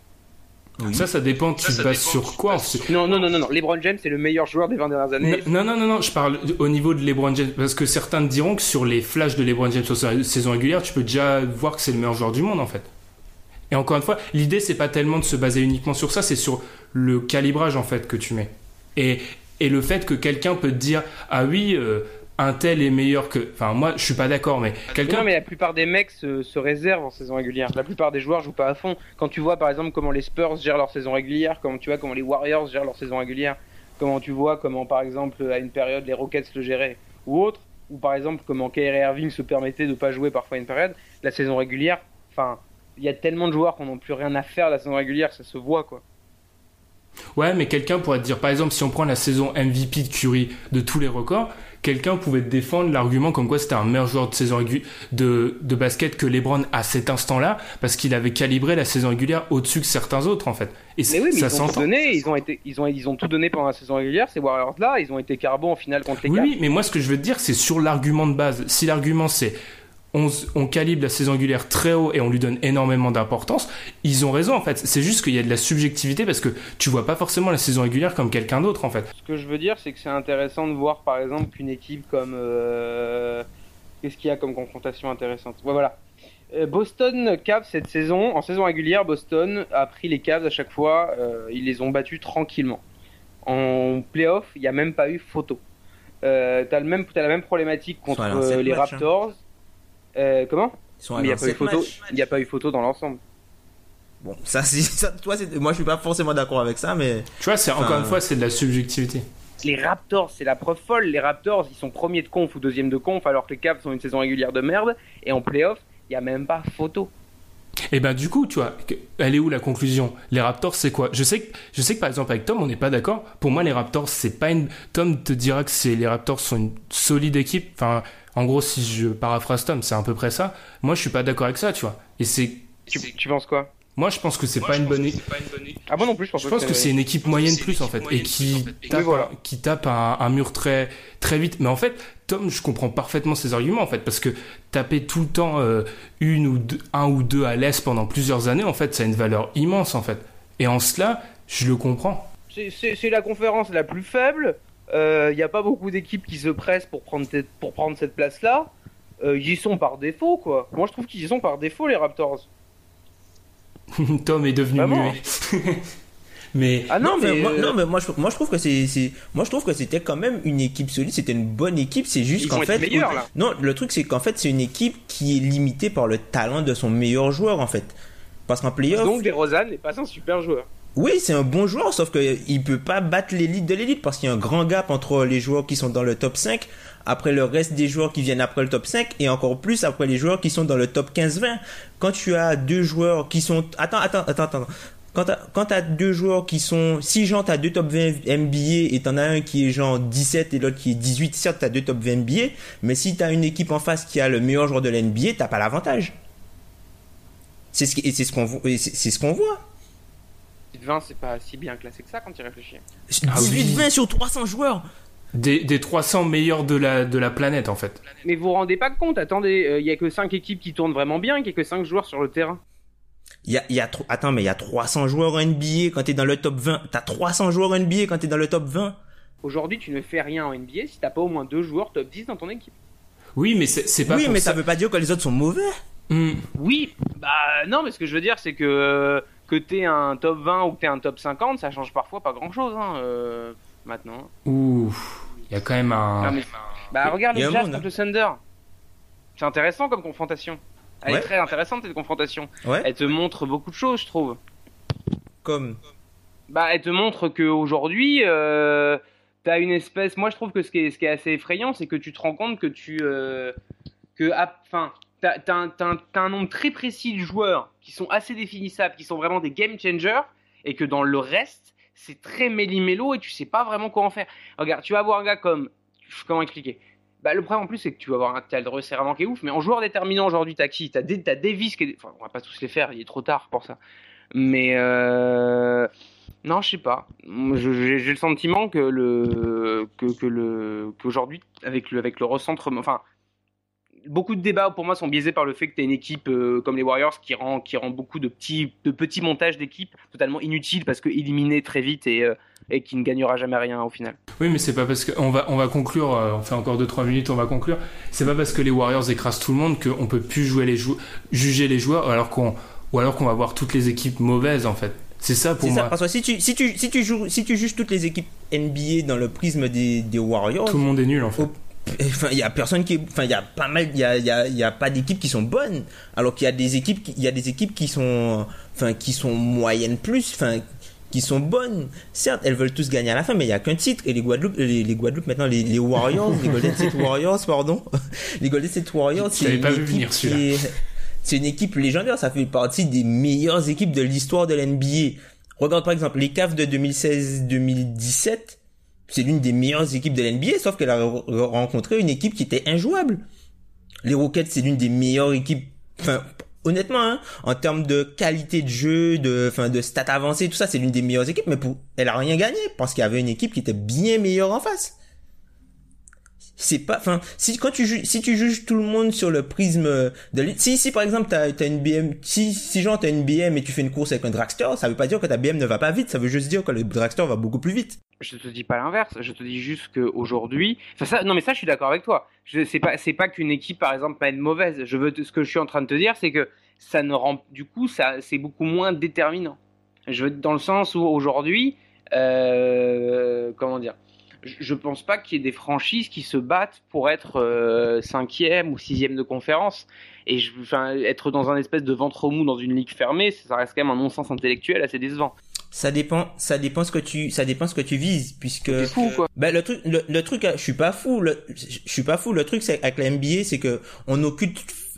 Speaker 4: Oui. Ça, ça dépend, tu te bases sur quoi en...
Speaker 6: Non, non, non, non, non, LeBron James est le meilleur joueur des vingt dernières années.
Speaker 4: Non, non, non, non, je parle au niveau de LeBron James, parce que certains te diront que sur les flashs de LeBron James sur sa saison régulière, tu peux déjà voir que c'est le meilleur joueur du monde, en fait. Et encore une fois, l'idée, c'est pas tellement de se baser uniquement sur ça, c'est sur le calibrage, en fait, que tu mets. Et, et le fait que quelqu'un peut te dire, ah oui, euh, un tel est meilleur que... Enfin, moi, je suis pas d'accord, mais quelqu'un...
Speaker 6: Non, mais la plupart des mecs se, se réservent en saison régulière. La plupart des joueurs jouent pas à fond. Quand tu vois, par exemple, comment les Spurs gèrent leur saison régulière, comment tu vois comment les Warriors gèrent leur saison régulière, comment tu vois comment, par exemple, à une période, les Rockets le géraient, ou autre, ou par exemple, comment Kyrie Irving se permettait de pas jouer parfois une période, la saison régulière, enfin, il y a tellement de joueurs qui n'ont plus rien à faire de la saison régulière, ça se voit, quoi.
Speaker 4: Ouais, mais quelqu'un pourrait te dire, par exemple, si on prend la saison M V P de Curry de tous les records, quelqu'un pouvait te défendre l'argument comme quoi c'était un meilleur joueur de saison régu- de, de basket que LeBron à cet instant-là, parce qu'il avait calibré la saison régulière au-dessus de certains autres, en fait. Et
Speaker 6: mais oui, mais
Speaker 4: ça
Speaker 6: ils ont
Speaker 4: s'entend.
Speaker 6: tout donné, ils ont été, ils ont, ils ont tout donné pendant la saison régulière, ces Warriors-là, ils ont été carbo en finale contre les
Speaker 4: Oui,
Speaker 6: Cavs.
Speaker 4: oui, mais moi, ce que je veux te dire, c'est sur l'argument de base. Si l'argument, c'est On, on calibre la saison régulière très haut et on lui donne énormément d'importance, ils ont raison en fait. C'est juste qu'il y a de la subjectivité parce que tu vois pas forcément la saison régulière comme quelqu'un d'autre en fait.
Speaker 6: Ce que je veux dire, c'est que c'est intéressant de voir par exemple qu'une équipe comme... Euh... Qu'est-ce qu'il y a comme confrontation intéressante ? Ouais, voilà. Euh, Boston Cavs cette saison, en saison régulière, Boston a pris les Cavs à chaque fois, euh, ils les ont battus tranquillement. En playoff, il n'y a même pas eu photo. Euh, t'as, le même, t'as la même problématique contre euh, les
Speaker 5: matchs,
Speaker 6: Raptors. Hein. Euh, comment ?
Speaker 5: Ils sont
Speaker 6: Mais il n'y a pas eu photo. Il n'y a pas eu photo dans l'ensemble.
Speaker 5: Bon, ça, c'est, ça, toi, c'est, moi, je suis pas forcément d'accord avec ça, mais.
Speaker 4: Tu vois, c'est,
Speaker 5: enfin,
Speaker 4: encore une fois, c'est de la subjectivité.
Speaker 6: Les Raptors, c'est la preuve folle. Les Raptors, ils sont premiers de conf ou deuxième de conf, alors que les Cavs ont une saison régulière de merde. Et en playoff, il n'y a même pas photo.
Speaker 4: Et ben du coup, tu vois, elle est où la conclusion? Les Raptors, c'est quoi? Je sais que je sais que par exemple avec Tom, on n'est pas d'accord. Pour moi, les Raptors, c'est pas une. Tom te dira que c'est les Raptors sont une solide équipe. Enfin, en gros, si je paraphrase Tom, c'est à peu près ça. Moi, je suis pas d'accord avec ça, tu vois. Et c'est.
Speaker 6: Tu, tu penses quoi?
Speaker 4: Moi, je pense que c'est, pas, une bonne... É...
Speaker 6: pas une bonne équipe. Ah moi non plus, je pense,
Speaker 4: je pense que, que c'est une équipe moyenne plus en fait, et qui tape, oui, voilà. un, qui tape un, un mur très très vite. Mais en fait, Tom, je comprends parfaitement ses arguments en fait, parce que taper tout le temps euh, une ou deux, un ou deux à l'est pendant plusieurs années, en fait, ça a une valeur immense en fait. Et en cela, je le comprends.
Speaker 6: C'est, c'est, c'est la conférence la plus faible. Il euh, n'y a pas beaucoup d'équipes qui se pressent pour prendre cette, pour prendre cette place-là. Euh, ils y sont par défaut, quoi. Moi, je trouve qu'ils y sont par défaut, les Raptors.
Speaker 4: Tom est devenu
Speaker 6: Vraiment
Speaker 4: muet. mais
Speaker 5: ah non, non mais, mais moi, non mais moi je moi je trouve que c'est c'est moi je trouve que c'était quand même une équipe solide, c'était une bonne équipe, c'est juste
Speaker 6: Ils
Speaker 5: qu'en fait
Speaker 6: meilleurs, là.
Speaker 5: non, le truc c'est qu'en fait c'est une équipe qui est limitée par le talent de son meilleur joueur en fait. Parce qu'en playoff
Speaker 6: donc DeRozan n'est pas un super joueur.
Speaker 5: Oui, c'est un bon joueur, sauf qu'il peut pas battre l'élite de l'élite parce qu'il y a un grand gap entre les joueurs qui sont dans le top cinq, après le reste des joueurs qui viennent après le top cinq, et encore plus après les joueurs qui sont dans le top quinze vingt. Quand tu as deux joueurs qui sont... Attends, attends, attends, attends. Quand t'as, quand t'as deux joueurs qui sont... Si genre t'as deux top vingt N B A et t'en as un qui est genre dix-sept et l'autre qui est dix-huit, certes t'as deux top vingt N B A, mais si t'as une équipe en face qui a le meilleur joueur de la N B A, t'as pas l'avantage. C'est ce, qui, et c'est ce qu'on voit. C'est, c'est ce qu'on voit.
Speaker 6: dix-huit vingt, c'est pas si bien classé que ça quand tu réfléchis.
Speaker 5: dix-huit vingt sur trois cents joueurs.
Speaker 4: Des, des trois cents meilleurs de la, de la planète en fait.
Speaker 6: Mais vous vous rendez pas compte, attendez, il euh, y a que cinq équipes qui tournent vraiment bien, il y a que cinq joueurs sur le terrain.
Speaker 5: Il y a, y a, attends, mais il y a trois cents joueurs en N B A quand t'es dans le top vingt. T'as trois cents joueurs en N B A quand t'es dans le top vingt.
Speaker 6: Aujourd'hui, tu ne fais rien en N B A si t'as pas au moins deux joueurs top dix dans ton équipe.
Speaker 4: Oui, mais c'est, c'est pas
Speaker 5: Oui,
Speaker 4: pour
Speaker 5: mais
Speaker 4: ça.
Speaker 5: ça veut pas dire que les autres sont mauvais.
Speaker 4: Mm.
Speaker 6: Oui, bah non, mais ce que je veux dire, c'est que que t'es un top vingt ou que t'es un top cinquante, ça change parfois pas grand-chose, hein, euh, maintenant.
Speaker 4: Ouh, il y a quand même un...
Speaker 6: Ah, mais... Bah regarde le Jazz contre le Thunder. C'est intéressant comme confrontation. Elle
Speaker 5: ouais.
Speaker 6: est très intéressante cette confrontation.
Speaker 5: Ouais.
Speaker 6: Elle te montre beaucoup de choses, je trouve.
Speaker 5: Comme
Speaker 6: Bah elle te montre qu'aujourd'hui, euh, t'as une espèce... Moi je trouve que ce qui est, ce qui est assez effrayant, c'est que tu te rends compte que tu... Euh, que, enfin... T'as, t'as, un, t'as, un, t'as un nombre très précis de joueurs qui sont assez définissables, qui sont vraiment des game changers, et que dans le reste, c'est très méli-mélo et tu sais pas vraiment quoi en faire. Regarde, tu vas avoir un gars comme... Comment expliquer ? Bah, le problème en plus, c'est que tu vas avoir un tel de resserrement qui est ouf, mais en joueur déterminant aujourd'hui, t'as qui ? T'as, t'as Davis qui est... Enfin, on va pas tous les faire, il est trop tard pour ça. Mais euh... non, je sais pas. Je, j'ai, j'ai le sentiment que le... Que, que le... Qu'aujourd'hui, avec le, avec le recentrement... Enfin... Beaucoup de débats pour moi sont biaisés par le fait que tu as une équipe euh, comme les Warriors qui rend, qui rend beaucoup de petits, de petits montages d'équipe totalement inutiles parce que éliminés très vite et, euh, et qui ne gagnera jamais rien au final.
Speaker 4: Oui, mais c'est pas parce qu'on va, on va conclure, euh, on fait encore deux trois minutes, on va conclure. C'est pas parce que les Warriors écrasent tout le monde qu'on peut plus jouer les jou- juger les joueurs alors qu'on, ou alors qu'on va voir toutes les équipes mauvaises en fait. C'est ça pour
Speaker 5: c'est
Speaker 4: moi.
Speaker 5: Ça, parce que si tu, si, tu, si, tu joues, si tu juges toutes les équipes N B A dans le prisme des, des Warriors,
Speaker 4: tout le monde est nul en fait.
Speaker 5: Au... Enfin, il y a personne qui est... enfin, il y a pas mal, il y a, il y a, il y a pas d'équipes qui sont bonnes, alors qu'il y a des équipes, qui... il y a des équipes qui sont, enfin, qui sont moyennes plus, enfin, qui sont bonnes. Certes, elles veulent tous gagner à la fin, mais il y a qu'un titre. Et les Guadeloupe, les, les Guadeloupe maintenant, les, les Warriors, les Golden State Warriors, pardon, les Golden State Warriors, c'est une
Speaker 4: pas
Speaker 5: équipe
Speaker 4: vu venir,
Speaker 5: qui est... c'est une équipe légendaire. Ça fait partie des meilleures équipes de l'histoire de l'N B A. Regarde par exemple les Cavs de deux mille seize deux mille dix-sept. C'est l'une des meilleures équipes de l'N B A, sauf qu'elle a rencontré une équipe qui était injouable. Les Rockets, c'est l'une des meilleures équipes, enfin, honnêtement, hein, en termes de qualité de jeu, de, enfin, de stats avancées, tout ça, c'est l'une des meilleures équipes, mais pour, elle a rien gagné, parce qu'il y avait une équipe qui était bien meilleure en face. C'est pas, enfin, si, quand tu juges, si tu juges tout le monde sur le prisme de, si, si, par exemple, t'as, t'as une B M, si, si genre t'as une B M et tu fais une course avec un dragster, ça veut pas dire que ta B M ne va pas vite, ça veut juste dire que le dragster va beaucoup plus vite.
Speaker 6: Je te dis pas l'inverse, je te dis juste qu'aujourd'hui, enfin ça, non mais ça je suis d'accord avec toi. Je, c'est pas, c'est pas qu'une équipe par exemple va être mauvaise. Je veux, te, ce que je suis en train de te dire, c'est que ça ne rend, du coup, ça, c'est beaucoup moins déterminant. Je veux dans le sens où aujourd'hui, euh, comment dire. Je pense pas qu'il y ait des franchises qui se battent pour être euh, cinquième ou sixième de conférence. Et je, enfin, être dans un espèce de ventre mou dans une ligue fermée, ça reste quand même un non-sens intellectuel assez décevant.
Speaker 5: Ça dépend, ça dépend ce que tu, ça dépend ce que tu vises, puisque.
Speaker 6: C'est fou, quoi.
Speaker 5: Ben, le truc, le, le truc, je suis pas fou, le, je suis pas fou. Le truc, c'est, avec la N B A, c'est que on occulte,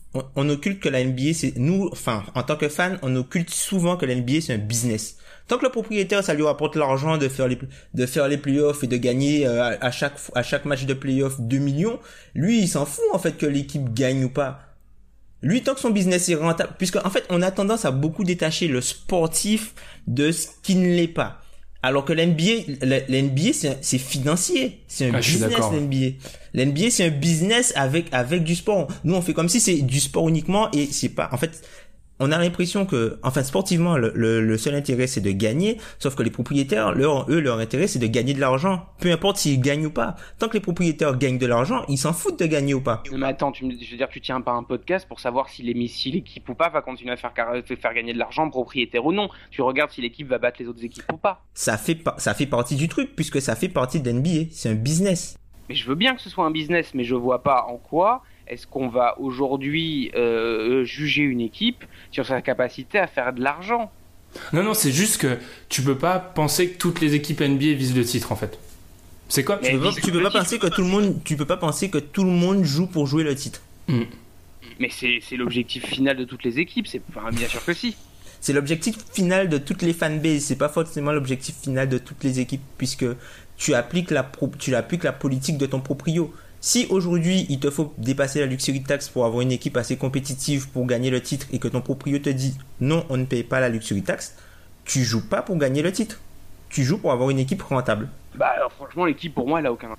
Speaker 5: on, on occulte que la N B A, c'est nous, enfin, en tant que fan, on occulte souvent que la N B A c'est un business. Tant que le propriétaire, ça lui rapporte l'argent de faire les de faire les playoffs et de gagner euh, à, à chaque à chaque match de playoffs deux millions, lui, il s'en fout en fait que l'équipe gagne ou pas. Lui, tant que son business est rentable, puisque en fait, on a tendance à beaucoup détacher le sportif de ce qui ne l'est pas. Alors que l'N B A, l'N B A, c'est, c'est financier. C'est un
Speaker 4: ah,
Speaker 5: business, l'N B A. L'N B A, c'est un business avec, avec du sport. Nous, on fait comme si c'est du sport uniquement et c'est pas, en fait, on a l'impression que, enfin, sportivement, le, le, le seul intérêt, c'est de gagner. Sauf que les propriétaires, leur, eux, leur intérêt, c'est de gagner de l'argent. Peu importe s'ils gagnent ou pas. Tant que les propriétaires gagnent de l'argent, ils s'en foutent de gagner ou pas.
Speaker 6: Mais attends, tu me, je veux dire, tu tiens pas un podcast pour savoir si, les, si l'équipe ou pas va continuer à faire, faire gagner de l'argent, propriétaire ou non. Tu regardes si l'équipe va battre les autres équipes ou pas.
Speaker 5: Ça fait, ça fait partie du truc, puisque ça fait partie de l'N B A. C'est un business.
Speaker 6: Mais je veux bien que ce soit un business, mais je vois pas en quoi est-ce qu'on va aujourd'hui euh, juger une équipe sur sa capacité à faire de l'argent.
Speaker 4: Non, non, c'est juste que tu peux pas penser que toutes les équipes N B A visent le titre, en fait. C'est quoi?
Speaker 5: Tu peux pas, tu peux pas penser que tout le monde, tu peux pas penser que tout le monde joue pour jouer le titre.
Speaker 4: Mm.
Speaker 6: Mais c'est, c'est l'objectif final de toutes les équipes, c'est, enfin, bien sûr que si.
Speaker 5: C'est l'objectif final de toutes les fanbases, c'est pas forcément l'objectif final de toutes les équipes, puisque tu appliques la, pro, tu appliques la politique de ton proprio. Si aujourd'hui il te faut dépasser la luxury tax pour avoir une équipe assez compétitive pour gagner le titre et que ton proprio te dit non, on ne paye pas la luxury tax, tu joues pas pour gagner le titre. Tu joues pour avoir une équipe rentable.
Speaker 6: Bah alors franchement l'équipe pour moi elle a aucun.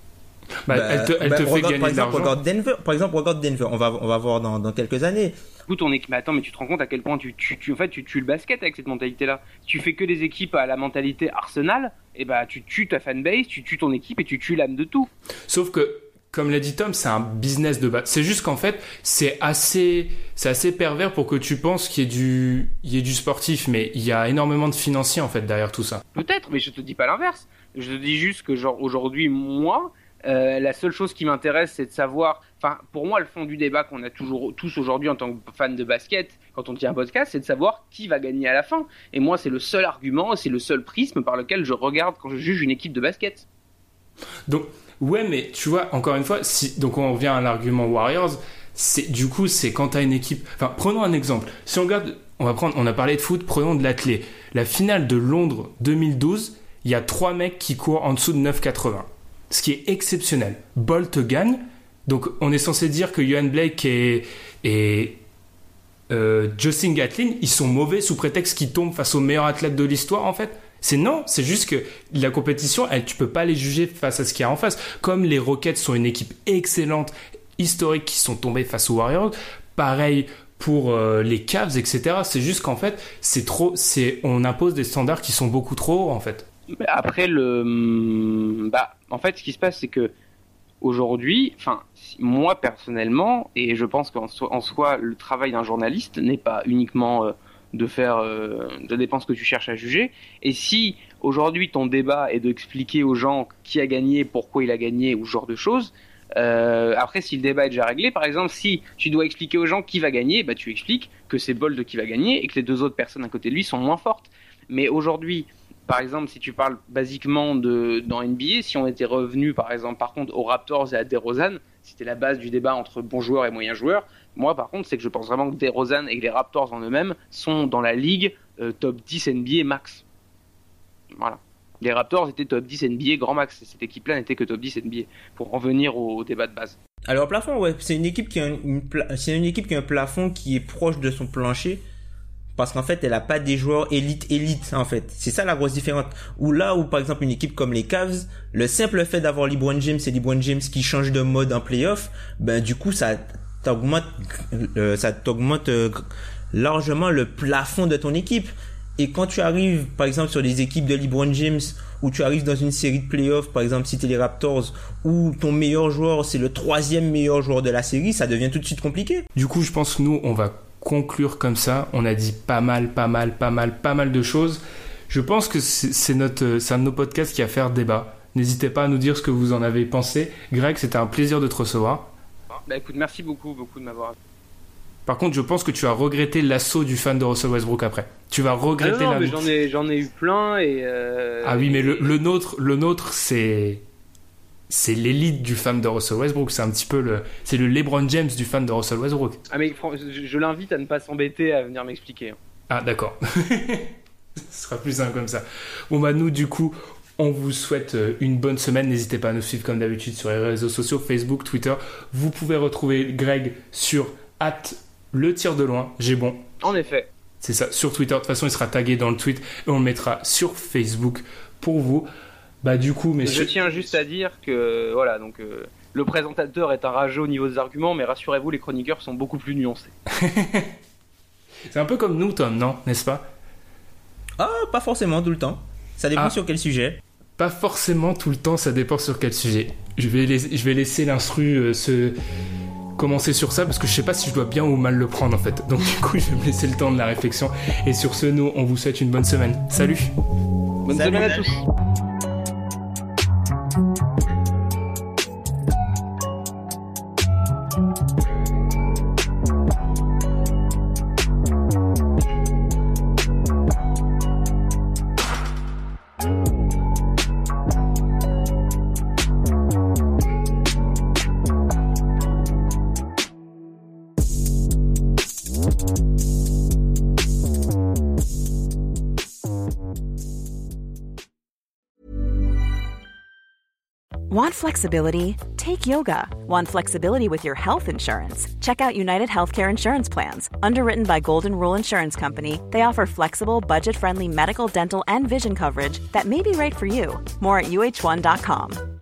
Speaker 4: Bah, bah, elle te, elle
Speaker 5: bah,
Speaker 4: te fait
Speaker 5: regarde,
Speaker 4: gagner
Speaker 5: par exemple,
Speaker 4: de l'argent.
Speaker 5: Regarde Denver, par exemple, regarde Denver. On va, on va voir dans, dans quelques années.
Speaker 6: Écoute, on est, mais attends, mais tu te rends compte à quel point tu, tu, tu, en fait, tu tues le basket avec cette mentalité-là. Si tu fais que des équipes à la mentalité Arsenal, et bah, tu tues ta fanbase, tu tues ton équipe et tu tues l'âme de tout.
Speaker 4: Sauf que, comme l'a dit Tom, c'est un business de base. C'est juste qu'en fait, c'est assez, c'est assez pervers pour que tu penses qu'il y ait du, il y ait du sportif, mais il y a énormément de financiers, en fait, derrière tout ça.
Speaker 6: Peut-être, mais je te dis pas l'inverse. Je te dis juste que, genre, aujourd'hui, moi, Euh, la seule chose qui m'intéresse, c'est de savoir. Enfin, pour moi, le fond du débat qu'on a toujours tous aujourd'hui en tant que fan de basket, quand on tient un podcast, c'est de savoir qui va gagner à la fin. Et moi, c'est le seul argument, c'est le seul prisme par lequel je regarde quand je juge une équipe de basket.
Speaker 4: Donc, ouais, mais tu vois, encore une fois, si donc on revient à l'argument Warriors. C'est du coup, c'est quand t'as une équipe. Enfin, prenons un exemple. Si on regarde, on va prendre. On a parlé de foot. Prenons de l'athlé. La finale de Londres deux mille douze, il y a trois mecs qui courent en dessous de neuf quatre-vingts. Ce qui est exceptionnel. Bolt gagne, donc on est censé dire que Yohan Blake et, et euh, Justin Gatlin, ils sont mauvais sous prétexte qu'ils tombent face aux meilleurs athlètes de l'histoire, en fait. C'est non, c'est juste que la compétition, elle, tu peux pas les juger face à ce qu'il y a en face. Comme les Rockets sont une équipe excellente, historique, qui sont tombés face aux Warriors, pareil pour euh, les Cavs, et cetera. C'est juste qu'en fait, c'est trop, c'est, on impose des standards qui sont beaucoup trop hauts, en fait.
Speaker 6: Après, le, bah, en fait, ce qui se passe, c'est que aujourd'hui, enfin, moi personnellement, et je pense qu'en soi, en soi, le travail d'un journaliste n'est pas uniquement euh, de faire, euh, ça dépend ce que tu cherches à juger. Et si aujourd'hui ton débat est d'expliquer aux gens qui a gagné, pourquoi il a gagné, ou ce genre de choses. Euh, après, si le débat est déjà réglé, par exemple, si tu dois expliquer aux gens qui va gagner, bah tu expliques que c'est Bolt qui va gagner et que les deux autres personnes à côté de lui sont moins fortes. Mais aujourd'hui, par exemple, si tu parles basiquement de, dans N B A, si on était revenu, par exemple, par contre, aux Raptors et à DeRozan, c'était la base du débat entre bons joueurs et moyens joueurs. Moi, par contre, c'est que je pense vraiment que DeRozan et que les Raptors en eux-mêmes sont dans la ligue euh, top dix N B A max. Voilà. Les Raptors étaient top dix N B A grand max. Cette équipe-là n'était que top dix N B A. Pour en venir au, au débat de base.
Speaker 5: Alors, plafond, ouais, c'est une équipe qui a une, une pla... c'est une équipe qui a un plafond qui est proche de son plancher. Parce qu'en fait, elle a pas des joueurs élite élite en fait. C'est ça la grosse différence. Ou là où par exemple une équipe comme les Cavs, le simple fait d'avoir LeBron James et LeBron James qui changent de mode en playoff, ben du coup ça t'augmente euh, ça t'augmente euh, largement le plafond de ton équipe. Et quand tu arrives par exemple sur des équipes de LeBron James où tu arrives dans une série de playoffs, par exemple si t'es les Raptors, où ton meilleur joueur c'est le troisième meilleur joueur de la série, ça devient tout de suite compliqué.
Speaker 4: Du coup, je pense que nous on va conclure comme ça. On a dit pas mal, pas mal, pas mal, pas mal de choses. Je pense que c'est, c'est, notre, c'est un de nos podcasts qui a fait débat. N'hésitez pas à nous dire ce que vous en avez pensé. Greg, c'était un plaisir de te recevoir.
Speaker 6: Bah écoute, merci beaucoup, beaucoup de m'avoir.
Speaker 4: Par contre, je pense que tu as regretté l'assaut du fan de Russell Westbrook après. Tu vas regretter
Speaker 6: ah non, non,
Speaker 4: la...
Speaker 6: mais j'en ai, j'en ai eu plein et... Euh...
Speaker 4: Ah oui, mais le, le nôtre, le nôtre, c'est... c'est l'élite du fan de Russell Westbrook. C'est un petit peu le, c'est le LeBron James du fan de Russell Westbrook.
Speaker 6: Ah mais je, je l'invite à ne pas s'embêter à venir m'expliquer.
Speaker 4: Ah d'accord. Ce sera plus simple comme ça. Bon bah nous du coup, on vous souhaite une bonne semaine. N'hésitez pas à nous suivre comme d'habitude sur les réseaux sociaux, Facebook, Twitter. Vous pouvez retrouver Greg sur arobase le tir de loin. J'ai bon.
Speaker 6: En effet.
Speaker 4: C'est ça, sur Twitter. De toute façon, il sera tagué dans le tweet et on le mettra sur Facebook pour vous. Bah du coup, messieurs...
Speaker 6: Je tiens juste à dire que voilà, donc euh, le présentateur est un rageux au niveau des arguments, mais rassurez-vous, les chroniqueurs sont beaucoup plus nuancés.
Speaker 4: C'est un peu comme nous, Tom, non, n'est-ce pas?
Speaker 5: Ah, pas forcément tout le temps. Ça dépend
Speaker 4: ah,
Speaker 5: sur quel sujet.
Speaker 4: Pas forcément tout le temps, ça dépend sur quel sujet. Je vais, laiss- je vais laisser l'instru euh, se... commencer sur ça parce que je sais pas si je dois bien ou mal le prendre en fait. Donc du coup, je vais me laisser le temps de la réflexion. Et sur ce, nous, on vous souhaite une bonne semaine. Salut.
Speaker 6: Bonne
Speaker 5: Salut.
Speaker 6: semaine à tous.
Speaker 8: Want flexibility? Take yoga. Want flexibility with your health insurance? Check out United Healthcare Insurance Plans. Underwritten by Golden Rule Insurance Company, they offer flexible, budget-friendly medical, dental, and vision coverage that may be right for you. More at U H one dot com.